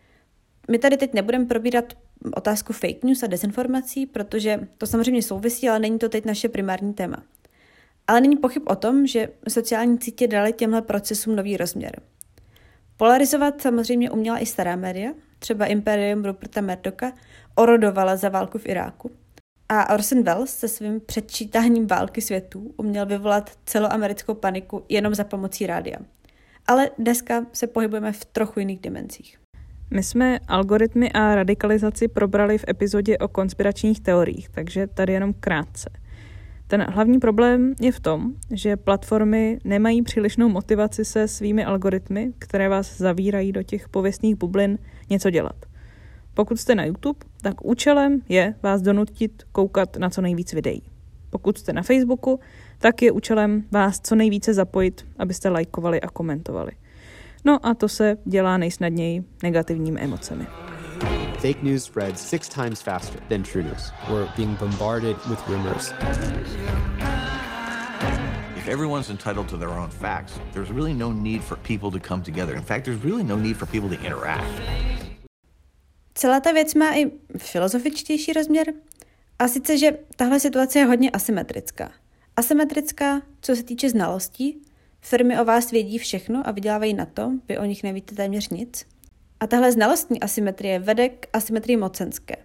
My tady teď nebudeme probírat otázku fake news a dezinformací, protože to samozřejmě souvisí, ale není to teď naše primární téma. Ale není pochyb o tom, že sociální sítě daly těmhle procesům nový rozměr. Polarizovat samozřejmě uměla i stará média, třeba Imperium Ruperta Murdocha orodovala za válku v Iráku. A Orson Welles se svým předčítáním války světů uměl vyvolat celoamerickou paniku jenom za pomocí rádia. Ale dneska se pohybujeme v trochu jiných dimenzích. My jsme algoritmy a radikalizaci probrali v epizodě o konspiračních teoriích, takže tady jenom krátce. Ten hlavní problém je v tom, že platformy nemají přílišnou motivaci se svými algoritmy, které vás zavírají do těch pověstných bublin, něco dělat. Pokud jste na YouTube, tak účelem je vás donutit koukat na co nejvíc videí. Pokud jste na Facebooku, tak je účelem vás co nejvíce zapojit, abyste lajkovali a komentovali. No a to se dělá nejsnadněji negativními emocemi. Fake news spreads 6 times faster than true news. We're being bombarded with rumors. If everyone's entitled to their own facts, there's really no need for people to come together. In fact, there's really no need for people to interact. Celá ta věc má i filozofičtější rozměr, a sice, že tahle situace je hodně asymetrická. Asymetrická, co se týče znalostí, firmy o vás vědí všechno a vydělávají na to, vy o nich nevíte téměř nic. A tahle znalostní asymetrie vede k asymetrii mocenské.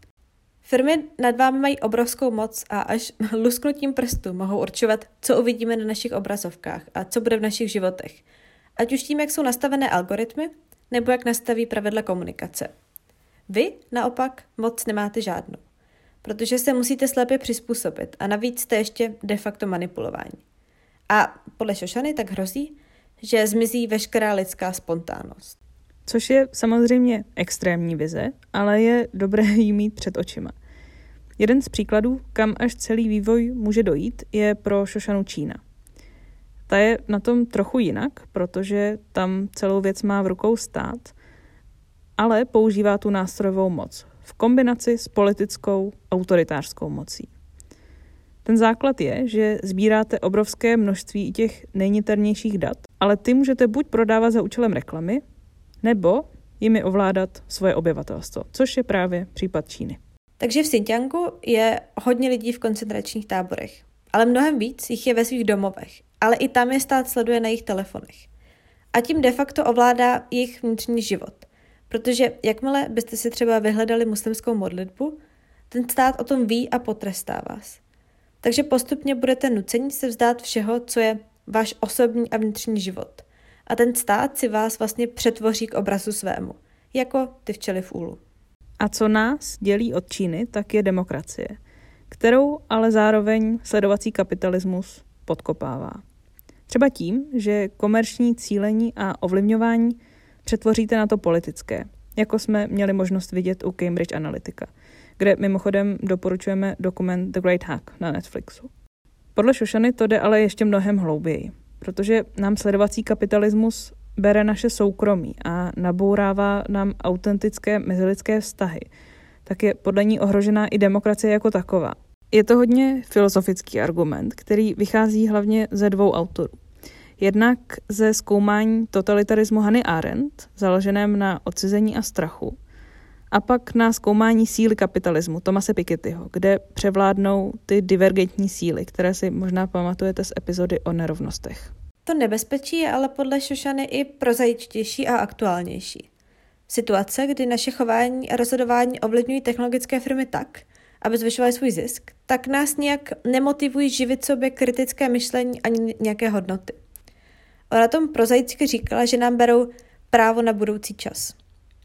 Firmy nad vámi mají obrovskou moc a až lusknutím prstu mohou určovat, co uvidíme na našich obrazovkách a co bude v našich životech. Ať už tím, jak jsou nastavené algoritmy, nebo jak nastaví pravidla komunikace. Vy, naopak, moc nemáte žádnou, protože se musíte slepě přizpůsobit a navíc jste ještě de facto manipulování. A podle Shoshany tak hrozí, že zmizí veškerá lidská spontánnost. Což je samozřejmě extrémní vize, ale je dobré jí mít před očima. Jeden z příkladů, kam až celý vývoj může dojít, je pro Shoshanu Čína. Ta je na tom trochu jinak, protože tam celou věc má v rukou stát, ale používá tu nástrojovou moc v kombinaci s politickou autoritářskou mocí. Ten základ je, že sbíráte obrovské množství těch nejniternějších dat, ale ty můžete buď prodávat za účelem reklamy, nebo jimi ovládat svoje obyvatelstvo, což je právě případ Číny. Takže v Xinjiangu je hodně lidí v koncentračních táborech, ale mnohem víc jich je ve svých domovech, ale i tam je stát sleduje na jejich telefonech. A tím de facto ovládá jejich vnitřní život, protože jakmile byste si třeba vyhledali muslimskou modlitbu, ten stát o tom ví a potrestá vás. Takže postupně budete nuceni se vzdát všeho, co je váš osobní a vnitřní život. A ten stát si vás vlastně přetvoří k obrazu svému, jako ty včely v úlu. A co nás dělí od Číny, tak je demokracie, kterou ale zároveň sledovací kapitalismus podkopává. Třeba tím, že komerční cílení a ovlivňování přetvoříte na to politické, jako jsme měli možnost vidět u Cambridge Analytica, kde mimochodem doporučujeme dokument The Great Hack na Netflixu. Podle Shoshany to jde ale ještě mnohem hlouběji, protože nám sledovací kapitalismus bere naše soukromí a nabourává nám autentické mezilidské vztahy, tak je podle ní ohrožená i demokracie jako taková. Je to hodně filozofický argument, který vychází hlavně ze dvou autorů. Jednak ze zkoumání totalitarismu Hannah Arendt, založeném na odcizení a strachu, a pak na zkoumání síly kapitalismu Thomase Pikettyho, kde převládnou ty divergentní síly, které si možná pamatujete z epizody o nerovnostech. To nebezpečí je ale podle Shoshany i prozaičtější a aktuálnější. Situace, kdy naše chování a rozhodování ovlivňují technologické firmy tak, aby zvyšovaly svůj zisk, tak nás nějak nemotivují živit sobě kritické myšlení ani nějaké hodnoty. Ona tom prozaicky říkala, že nám berou právo na budoucí čas.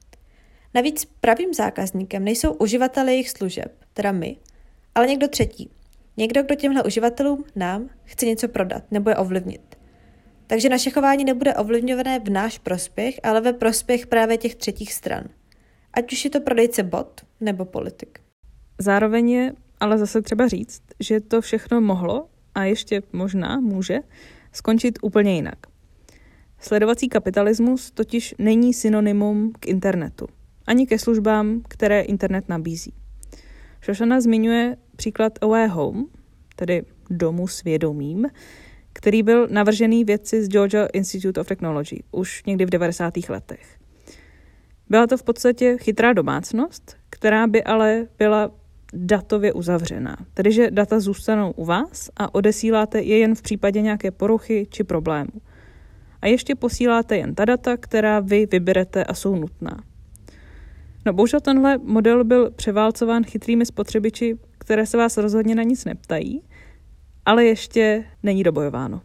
Navíc pravým zákazníkem nejsou uživatelé jejich služeb, teda my, ale někdo třetí. Někdo, kdo těmhle uživatelům, nám, chce něco prodat nebo je ovlivnit. Takže naše chování nebude ovlivňované v náš prospěch, ale ve prospěch právě těch třetích stran. Ať už je to prodejce bot nebo politik. Zároveň je ale zase třeba říct, že to všechno mohlo a ještě možná může skončit úplně jinak. Sledovací kapitalismus totiž není synonymum k internetu, ani ke službám, které internet nabízí. Shoshana zmiňuje příklad Away Home, tedy domu s vědomím, který byl navržený vědci z Georgia Institute of Technology už někdy v 90. letech. Byla to v podstatě chytrá domácnost, která by ale byla datově uzavřená, tedy že data zůstanou u vás a odesíláte je jen v případě nějaké poruchy či problému. A ještě posíláte jen ta data, která vy vyberete a jsou nutná. No bohužel tenhle model byl převálcován chytrými spotřebiči, které se vás rozhodně na nic neptají, ale ještě není dobojováno.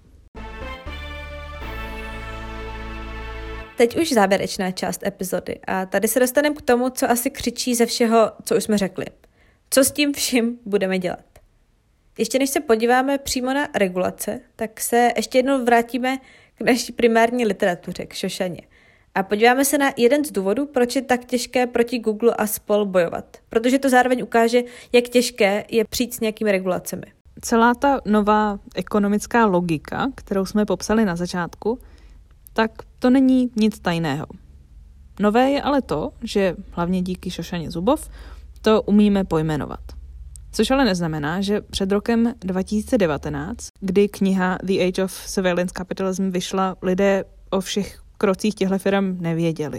Teď už závěrečná část epizody a tady se dostaneme k tomu, co asi křičí ze všeho, co už jsme řekli. Co s tím vším budeme dělat? Ještě než se podíváme přímo na regulace, tak se ještě jednou vrátíme k naší primární literatuře, k Šošaně. A podíváme se na jeden z důvodů, proč je tak těžké proti Google a spol bojovat. Protože to zároveň ukáže, jak těžké je přijít s nějakými regulacemi. Celá ta nová ekonomická logika, kterou jsme popsali na začátku, tak to není nic tajného. Nové je ale to, že hlavně díky Šošaně Zuboff to umíme pojmenovat. Což ale neznamená, že před rokem 2019, kdy kniha The Age of Surveillance Capitalism vyšla, lidé o všech krocích těchto firm nevěděli.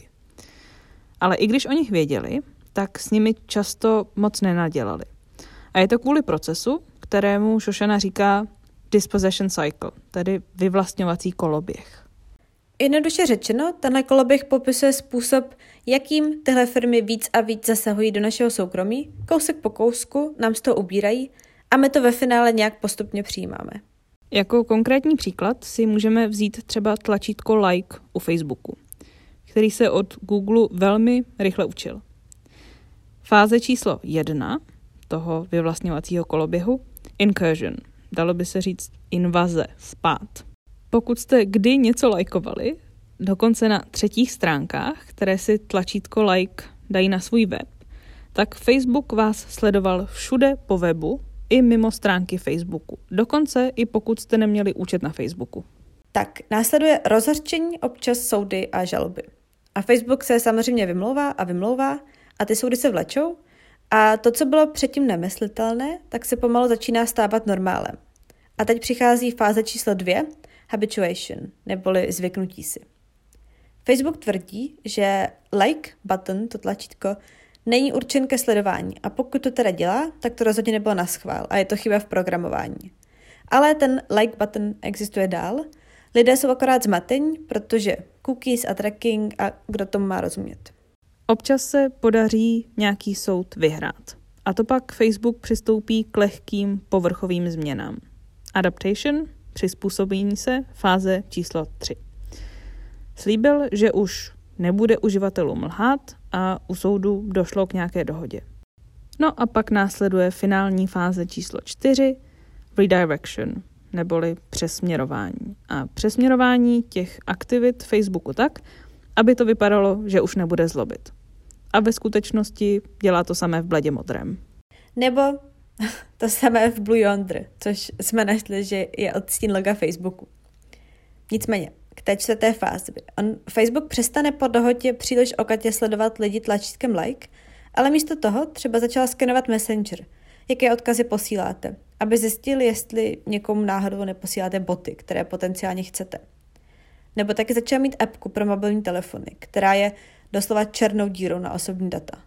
Ale i když o nich věděli, tak s nimi často moc nenadělali. A je to kvůli procesu, kterému Šošana říká dispossession cycle, tedy vyvlastňovací koloběh. Jednoduše řečeno, tenhle koloběh popisuje způsob, jakým tyhle firmy víc a víc zasahují do našeho soukromí, kousek po kousku nám z toho ubírají a my to ve finále nějak postupně přijímáme. Jako konkrétní příklad si můžeme vzít třeba tlačítko like u Facebooku, který se od Google velmi rychle učil. Fáze číslo 1 toho vyvlastňovacího koloběhu, incursion, dalo by se říct invaze, spád. Pokud jste kdy něco lajkovali, dokonce na 3. stránkách, které si tlačítko like dají na svůj web, tak Facebook vás sledoval všude po webu i mimo stránky Facebooku. Dokonce i pokud jste neměli účet na Facebooku. Tak, následuje rozhořčení, občas soudy a žaloby. A Facebook se samozřejmě vymlouvá a ty soudy se vlečou a to, co bylo předtím nemyslitelné, tak se pomalu začíná stávat normálem. A teď přichází fáze číslo 2, habituation, neboli zvyknutí si. Facebook tvrdí, že like button, to tlačítko, není určen ke sledování a pokud to teda dělá, tak to rozhodně nebylo naschvál a je to chyba v programování. Ale ten like button existuje dál, lidé jsou akorát zmatení, protože cookies a tracking a kdo tomu má rozumět. Občas se podaří nějaký soud vyhrát a to pak Facebook přistoupí k lehkým povrchovým změnám. Adaptation, přizpůsobení se, fáze číslo 3. Slíbil, že už nebude uživatelům lhát a u soudu došlo k nějaké dohodě. No a pak následuje finální fáze číslo 4, redirection, neboli přesměrování. A přesměrování těch aktivit Facebooku tak, aby to vypadalo, že už nebude zlobit. A ve skutečnosti dělá to samé v bledě modrém. Nebo to samé v Blue Yonder, což jsme našli, že je odstín loga Facebooku. Nicméně, k té 4. fázi. Facebook přestane po dohodě příliš okatě sledovat lidi tlačítkem like, ale místo toho třeba začala skenovat Messenger, jaké odkazy posíláte, aby zjistili, jestli někomu náhodou neposíláte boty, které potenciálně chcete. Nebo taky začala mít appku pro mobilní telefony, která je doslova černou dírou na osobní data.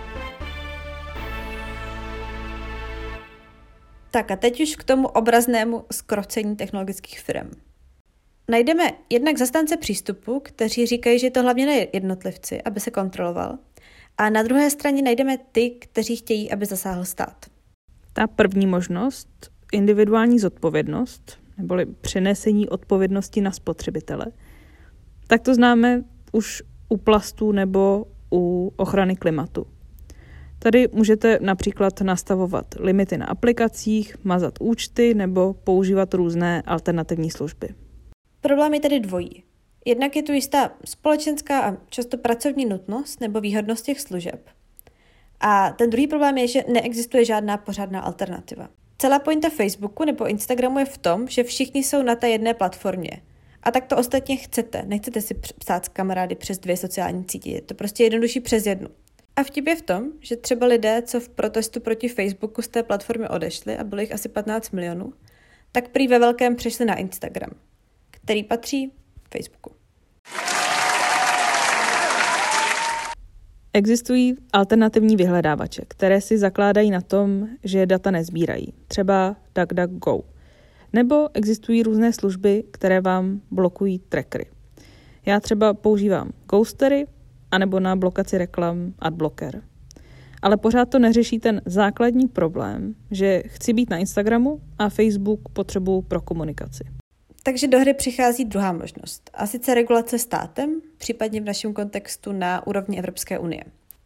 Tak a teď už k tomu obraznému zkrocení technologických firm. Najdeme jednak zastánce přístupu, kteří říkají, že je to hlavně na jednotlivci, aby se kontroloval, a na druhé straně najdeme ty, kteří chtějí, aby zasáhl stát. Ta první možnost, individuální zodpovědnost, neboli přenesení odpovědnosti na spotřebitele, tak to známe už u plastů nebo u ochrany klimatu. Tady můžete například nastavovat limity na aplikacích, mazat účty nebo používat různé alternativní služby. Problém je tedy dvojí. Jednak je tu jistá společenská a často pracovní nutnost nebo výhodnost těch služeb. A ten druhý problém je, že neexistuje žádná pořádná alternativa. Celá pointa Facebooku nebo Instagramu je v tom, že všichni jsou na té jedné platformě. A tak to ostatně chcete. Nechcete si psát s kamarády přes 2 sociální sítě. Je to prostě jednodušší přes 1. A vtip je v tom, že třeba lidé, co v protestu proti Facebooku z té platformy odešli, a bylo jich asi 15 milionů, tak prý ve velkém přešli na Instagram, který patří Facebooku. Existují alternativní vyhledávače, které si zakládají na tom, že data nezbírají, třeba DuckDuckGo. Nebo existují různé služby, které vám blokují trackery. Já třeba používám Ghostery, anebo na blokaci reklam Adblocker. Ale pořád to neřeší ten základní problém, že chci být na Instagramu a Facebook potřebuju pro komunikaci. Takže do hry přichází druhá možnost, a sice regulace státem, případně v našem kontextu na úrovni Evropské unie.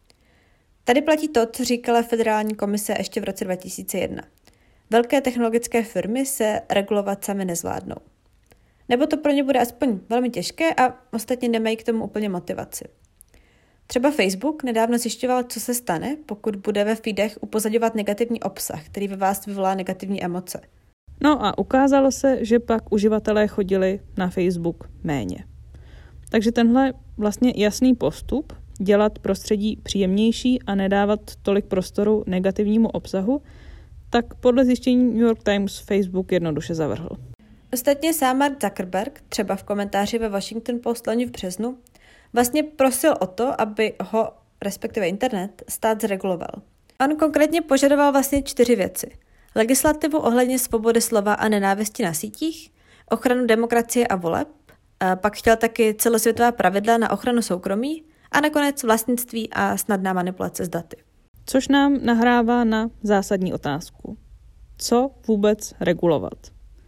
Tady platí to, co říkala Federální komise ještě v roce 2001. Velké technologické firmy se regulovat sami nezvládnou. Nebo to pro ně bude aspoň velmi těžké a ostatně nemají k tomu úplně motivaci. Třeba Facebook nedávno zjišťoval, co se stane, pokud bude ve feedech upozorňovat negativní obsah, který ve vás vyvolá negativní emoce. No a ukázalo se, že pak uživatelé chodili na Facebook méně. Takže tenhle vlastně jasný postup, dělat prostředí příjemnější a nedávat tolik prostoru negativnímu obsahu, tak podle zjištění New York Times Facebook jednoduše zavrhl. Ostatně sám Mark Zuckerberg, třeba v komentáři ve Washington Post loni v březnu, vlastně prosil o to, aby ho, respektive internet, stát zreguloval. On konkrétně požadoval vlastně 4 věci. Legislativu ohledně svobody slova a nenávisti na sítích, ochranu demokracie a voleb, a pak chtěl taky celosvětová pravidla na ochranu soukromí a nakonec vlastnictví a snadná manipulace s daty. Což nám nahrává na zásadní otázku. Co vůbec regulovat?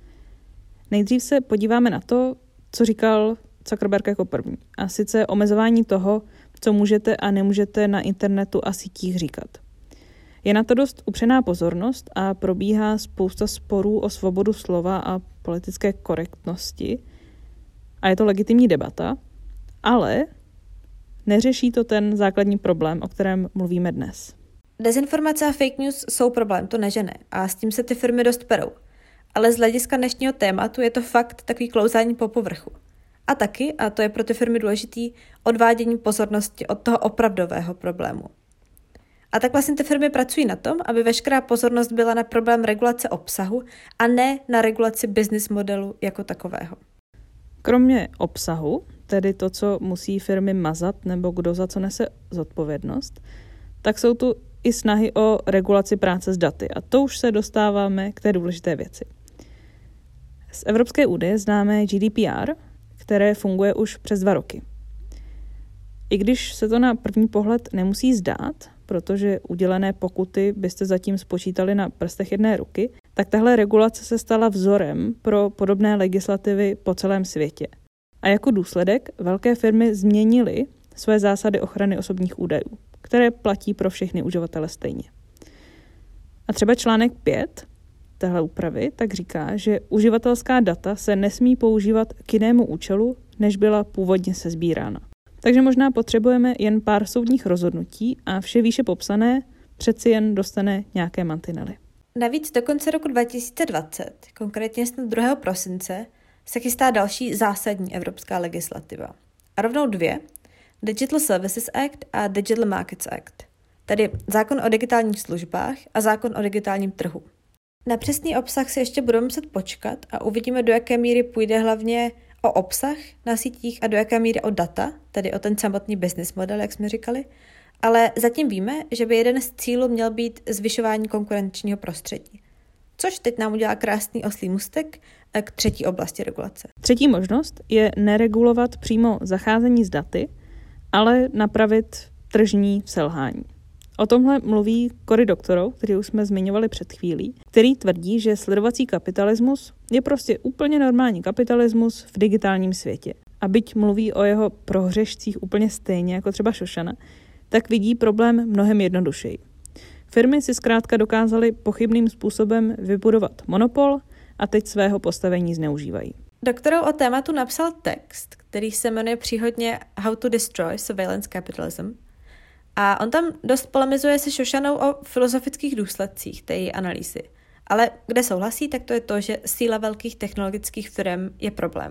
Nejdřív se podíváme na to, co říkal Zuckerberg jako první, a sice omezování toho, co můžete a nemůžete na internetu a sítích říkat. Je na to dost upřená pozornost a probíhá spousta sporů o svobodu slova a politické korektnosti a je to legitimní debata, ale neřeší to ten základní problém, o kterém mluvíme dnes. Dezinformace a fake news jsou problém, to nežene, a s tím se ty firmy dost perou. Ale z hlediska dnešního tématu je to fakt takový klouzání po povrchu. A taky, a to je pro ty firmy důležitý, odvádění pozornosti od toho opravdového problému. A tak vlastně ty firmy pracují na tom, aby veškerá pozornost byla na problém regulace obsahu a ne na regulaci business modelu jako takového. Kromě obsahu, tedy to, co musí firmy mazat nebo kdo za co nese zodpovědnost, tak jsou tu i snahy o regulaci práce s daty. A to už se dostáváme k té důležité věci. Z Evropské unie známe GDPR, které funguje už přes 2 roky. I když se to na první pohled nemusí zdát, protože udělené pokuty byste zatím spočítali na prstech jedné ruky, tak tahle regulace se stala vzorem pro podobné legislativy po celém světě. A jako důsledek velké firmy změnily své zásady ochrany osobních údajů, které platí pro všechny uživatele stejně. A třeba článek 5 téhle úpravy tak říká, že uživatelská data se nesmí používat k jinému účelu, než byla původně sesbírána. Takže možná potřebujeme jen pár soudních rozhodnutí a vše výše popsané přeci jen dostane nějaké mantinely. Navíc do konce roku 2020, konkrétně snad 2. prosince, se chystá další zásadní evropská legislativa. A rovnou 2, Digital Services Act a Digital Markets Act, tedy zákon o digitálních službách a zákon o digitálním trhu. Na přesný obsah si ještě budeme muset počkat a uvidíme, do jaké míry půjde hlavně o obsah na sítích a do jaké míry o data, tedy o ten samotný business model, jak jsme říkali, ale zatím víme, že by jeden z cílů měl být zvyšování konkurenčního prostředí. Což teď nám udělá krásný oslí můstek k 3. oblasti regulace. 3. možnost je neregulovat přímo zacházení s daty, ale napravit tržní selhání. O tomhle mluví Cory Doctorow, který už jsme zmiňovali před chvílí, který tvrdí, že sledovací kapitalismus je prostě úplně normální kapitalismus v digitálním světě. A byť mluví o jeho prohřešcích úplně stejně jako třeba Shoshana, tak vidí problém mnohem jednodušeji. Firmy si zkrátka dokázaly pochybným způsobem vybudovat monopol a teď svého postavení zneužívají. Doctorow o tématu napsal text, který se jmenuje příhodně How to Destroy Surveillance Capitalism. A on tam dost polemizuje se Shoshanou o filozofických důsledcích té její analýzy. Ale kde souhlasí, tak to je to, že síla velkých technologických firm je problém.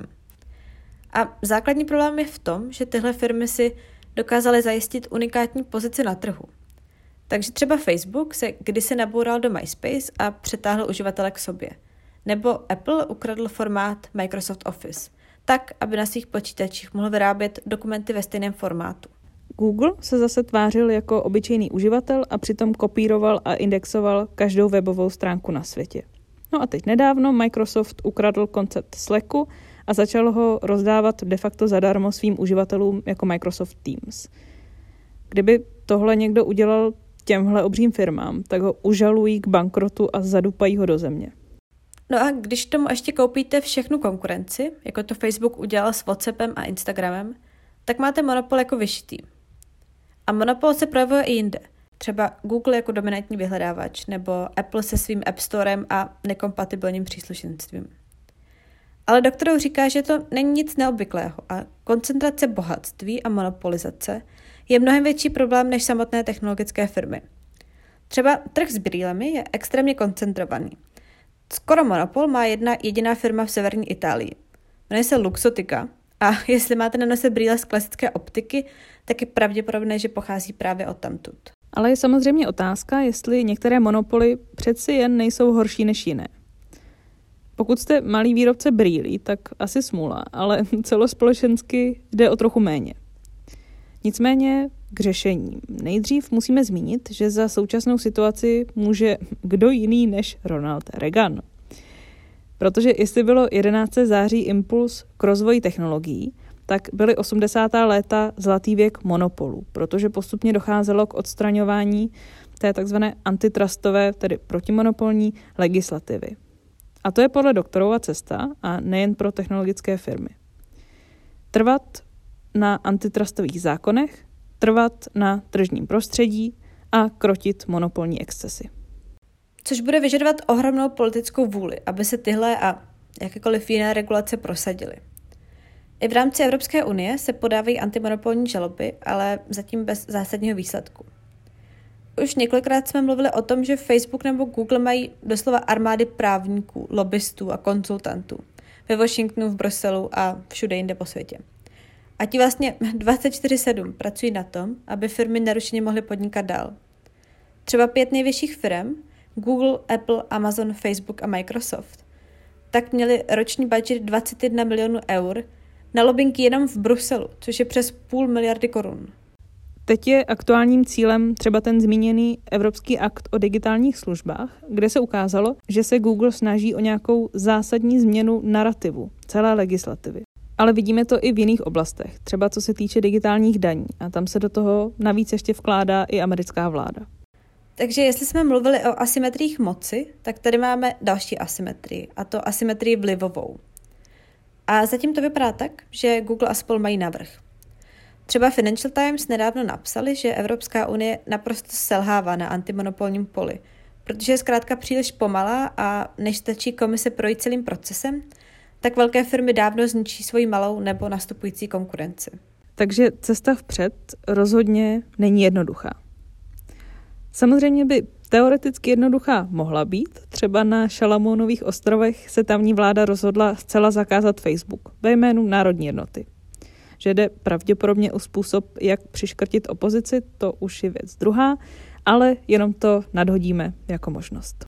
A základní problém je v tom, že tyhle firmy si dokázaly zajistit unikátní pozici na trhu. Takže třeba Facebook se kdysi naboural do MySpace a přetáhl uživatele k sobě. Nebo Apple ukradl formát Microsoft Office, tak, aby na svých počítačích mohl vyrábět dokumenty ve stejném formátu. Google se zase tvářil jako obyčejný uživatel a přitom kopíroval a indexoval každou webovou stránku na světě. No a teď nedávno Microsoft ukradl koncept Slacku a začal ho rozdávat de facto zadarmo svým uživatelům jako Microsoft Teams. Kdyby tohle někdo udělal těmhle obřím firmám, tak ho užalují k bankrotu a zadupají ho do země. No a když tomu ještě koupíte všechnu konkurenci, jako to Facebook udělal s WhatsAppem a Instagramem, tak máte monopol jako vyšitý. A monopol se projevuje i jinde. Třeba Google jako dominantní vyhledávač, nebo Apple se svým App Storem a nekompatibilním příslušenstvím. Ale doktorou říká, že to není nic neobvyklého a koncentrace bohatství a monopolizace je mnohem větší problém než samotné technologické firmy. Třeba trh s brýlemi je extrémně koncentrovaný. Skoro monopol má jedna jediná firma v severní Itálii. Jmenuje se Luxottica a jestli máte na nose brýle z klasické optiky, tak je pravděpodobné, že pochází právě odtamtud. Ale je samozřejmě otázka, jestli některé monopoly přeci jen nejsou horší než jiné. Pokud jste malý výrobce brýlí, tak asi smůla, ale celospolečensky jde o trochu méně. Nicméně k řešení. Nejdřív musíme zmínit, že za současnou situaci může kdo jiný než Ronald Reagan. Protože jestli bylo 11. září impuls k rozvoji technologií, tak byly 80. léta zlatý věk monopolu, protože postupně docházelo k odstraňování té takzvané antitrustové, tedy protimonopolní legislativy. A to je podle doktorova cesta a nejen pro technologické firmy. Trvat na antitrustových zákonech, trvat na tržním prostředí a krotit monopolní excesy. Což bude vyžadovat ohromnou politickou vůli, aby se tyhle a jakékoliv jiné regulace prosadily. I v rámci Evropské unie se podávají antimonopolní žaloby, ale zatím bez zásadního výsledku. Už několikrát jsme mluvili o tom, že Facebook nebo Google mají doslova armády právníků, lobbystů a konzultantů ve Washingtonu, v Bruselu a všude jinde po světě. A ti vlastně 24/7 pracují na tom, aby firmy nerušeně mohly podnikat dál. Třeba 5 největších firm, Google, Apple, Amazon, Facebook a Microsoft, tak měli roční budget 21 milionů eur na lobbingy jenom v Bruselu, což je přes 0,5 miliardy korun. Teď je aktuálním cílem třeba ten zmíněný Evropský akt o digitálních službách, kde se ukázalo, že se Google snaží o nějakou zásadní změnu narrativu celé legislativy. Ale vidíme to i v jiných oblastech, třeba co se týče digitálních daní a tam se do toho navíc ještě vkládá i americká vláda. Takže jestli jsme mluvili o asymetriích moci, tak tady máme další asymetrii, a to asymetrii vlivovou. A zatím to vypadá tak, že Google a spol mají navrch. Třeba Financial Times nedávno napsali, že Evropská unie naprosto selhává na antimonopolním poli, protože je zkrátka příliš pomalá a než stačí komise projít celým procesem, tak velké firmy dávno zničí svoji malou nebo nastupující konkurenci. Takže cesta vpřed rozhodně není jednoduchá. Samozřejmě by teoreticky jednoduchá mohla být. Třeba na Šalamounových ostrovech se tamní vláda rozhodla zcela zakázat Facebook ve jménu národní jednoty. Že jde pravděpodobně o způsob, jak přiškrtit opozici, to už je věc druhá, ale jenom to nadhodíme jako možnost.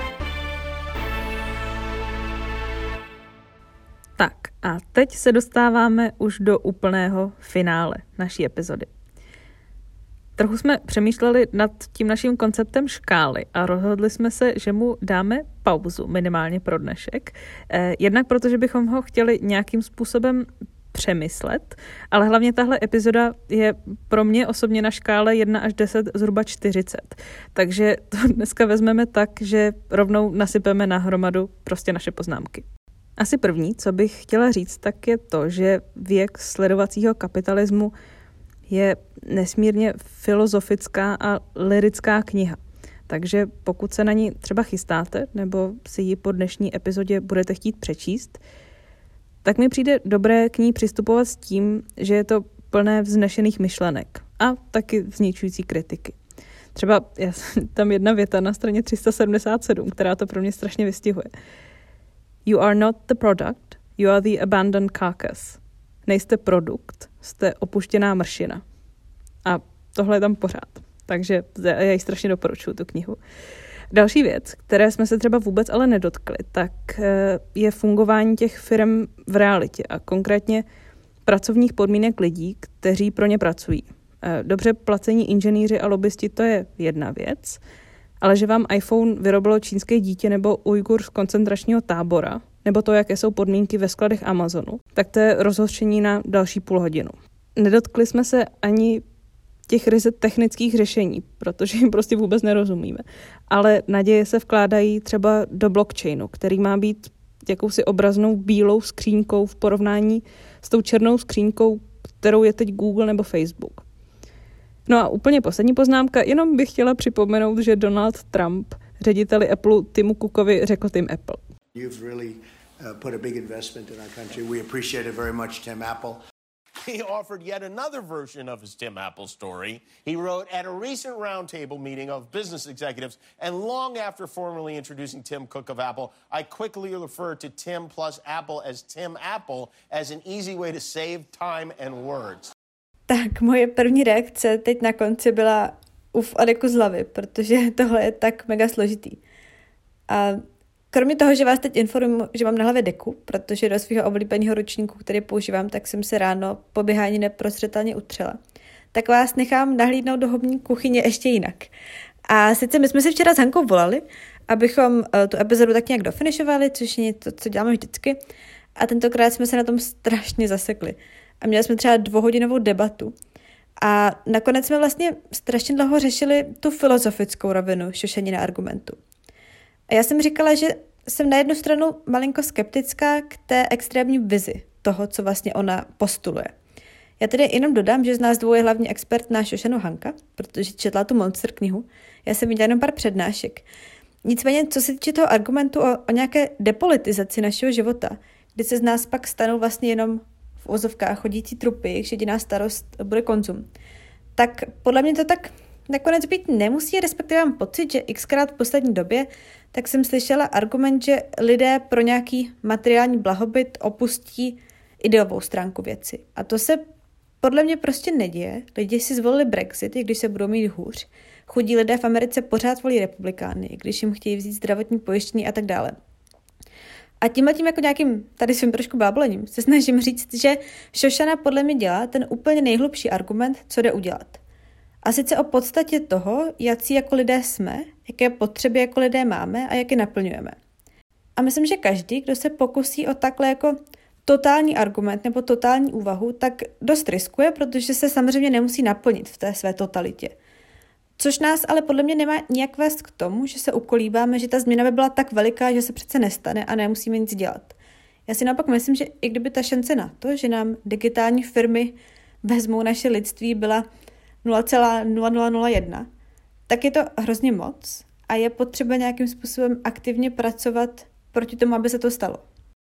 Tak a teď se dostáváme už do úplného finále naší epizody. Trochu jsme přemýšleli nad tím naším konceptem škály a rozhodli jsme se, že mu dáme pauzu minimálně pro dnešek. Jednak protože bychom ho chtěli nějakým způsobem přemyslet, ale hlavně tahle epizoda je pro mě osobně na škále 1 až 10 zhruba 40. Takže to dneska vezmeme tak, že rovnou nasypeme na hromadu prostě naše poznámky. Asi první, co bych chtěla říct, tak je to, že Věk sledovacího kapitalismu je nesmírně filozofická a lyrická kniha. Takže pokud se na ní třeba chystáte, nebo si ji po dnešní epizodě budete chtít přečíst, tak mi přijde dobré k ní přistupovat s tím, že je to plné vznešených myšlenek a taky zničující kritiky. Třeba tam jedna věta na straně 377, která to pro mě strašně vystihuje. You are not the product, you are the abandoned carcass. Nejste produkt, jste opuštěná mršina. A tohle je tam pořád. Takže já ji strašně doporučuji, tu knihu. Další věc, které jsme se třeba vůbec ale nedotkli, tak je fungování těch firm v realitě a konkrétně pracovních podmínek lidí, kteří pro ně pracují. Dobře placení inženýři a lobbysti, to je jedna věc, ale že vám iPhone vyrobilo čínské dítě nebo Ujgur z koncentračního tábora, nebo to, jaké jsou podmínky ve skladech Amazonu, tak to je rozhořčení na další půl hodinu. Nedotkli jsme se ani těch ryze technických řešení, protože jim prostě vůbec nerozumíme. Ale naděje se vkládají třeba do blockchainu, který má být jakousi obraznou bílou skřínkou v porovnání s tou černou skřínkou, kterou je teď Google nebo Facebook. No a úplně poslední poznámka, jenom bych chtěla připomenout, že Donald Trump řediteli Apple Timu Cookovi řekl Tim Apple. You've really put a big investment in our country. We appreciate it very much, Tim Apple. He offered yet another version of his Tim Apple story. He wrote, at a recent roundtable meeting of business executives, and long after formally introducing Tim Cook of Apple, I quickly referred to Tim plus Apple as Tim Apple as an easy way to save time and words. Tak moje první reakce teď na konci byla a jdu z hlavy, protože tohle je tak mega složitý. A kromě toho, že vás teď informuji, že mám na hlavě deku, protože do svého oblíbeného ručníku, který používám, tak jsem se ráno po běhání neprostřetatelně utřela, tak vás nechám nahlídnout do hobní kuchyně ještě jinak. A sice my jsme si včera s Hankou volali, abychom tu epizodu tak nějak dofinišovali, což je něco, co děláme vždycky. A tentokrát jsme se na tom strašně zasekli. A měli jsme třeba 2hodinovou debatu. A nakonec jsme vlastně strašně dlouho řešili tu filozofickou rovinu Šošanina argumentu. A já jsem říkala, že jsem na jednu stranu malinko skeptická k té extrémní vizi toho, co vlastně ona postuluje. Já tedy jenom dodám, že z nás dvou je hlavní expert na Šošanu Hanka, protože četla tu Monster knihu. Já jsem viděla jenom pár přednášek. Nicméně, co se týče toho argumentu o nějaké depolitizaci našeho života, kdy se z nás pak stanou vlastně jenom v ozovkách chodící trupy, jejichž jediná starost bude konzum, tak podle mě to tak nakonec být nemusí, respektive mám pocit, že xkrát v poslední době tak jsem slyšela argument, že lidé pro nějaký materiální blahobyt opustí ideovou stránku věci. A to se podle mě prostě neděje. Lidi si zvolili Brexit, i když se budou mít hůř. Chudí lidé v Americe pořád volí republikány, i když jim chtějí vzít zdravotní pojištění a tak dále. A tímhle tím jako nějakým tady svým trošku báblením se snažím říct, že Šošana podle mě dělá ten úplně nejhlubší argument, co jde udělat. A sice o podstatě toho, jací jako lidé jsme, jaké potřeby jako lidé máme a jak je naplňujeme. A myslím, že každý, kdo se pokusí o takhle jako totální argument nebo totální úvahu, tak dost riskuje, protože se samozřejmě nemusí naplnit v té své totalitě. Což nás ale podle mě nemá nijak vést k tomu, že se ukolíbáme, že ta změna by byla tak veliká, že se přece nestane a nemusíme nic dělat. Já si naopak myslím, že i kdyby ta šance na to, že nám digitální firmy vezmou naše lidství, byla 0,0001, tak je to hrozně moc a je potřeba nějakým způsobem aktivně pracovat proti tomu, aby se to stalo.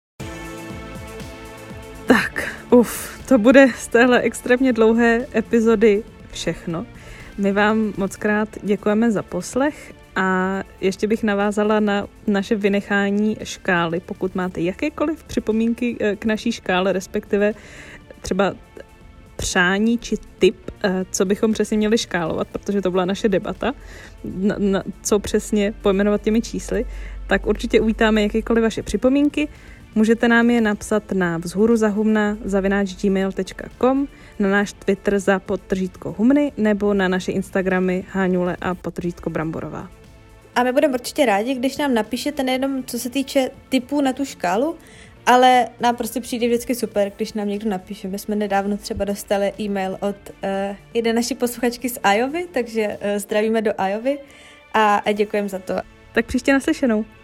Tak, to bude z téhle extrémně dlouhé epizody všechno. My vám mockrát děkujeme za poslech a ještě bych navázala na naše vynechání škály. Pokud máte jakékoliv připomínky k naší škále, respektive třeba přání či tip, co bychom přesně měli škálovat, protože to byla naše debata, co přesně pojmenovat těmi čísly, tak určitě uvítáme jakékoliv vaše připomínky. Můžete nám je napsat na vzhuruzahumna@gmail.com, na náš Twitter za _humny nebo na naše Instagramy Háňule a _bramborová. A my budeme určitě rádi, když nám napíšete nejenom co se týče tipů na tu škálu, ale nám prostě přijde vždycky super, když nám někdo napíše. My jsme nedávno třeba dostali e-mail od jedné naší posluchačky z Iovy, takže zdravíme do Iovy a děkujeme za to. Tak příště naslyšenou.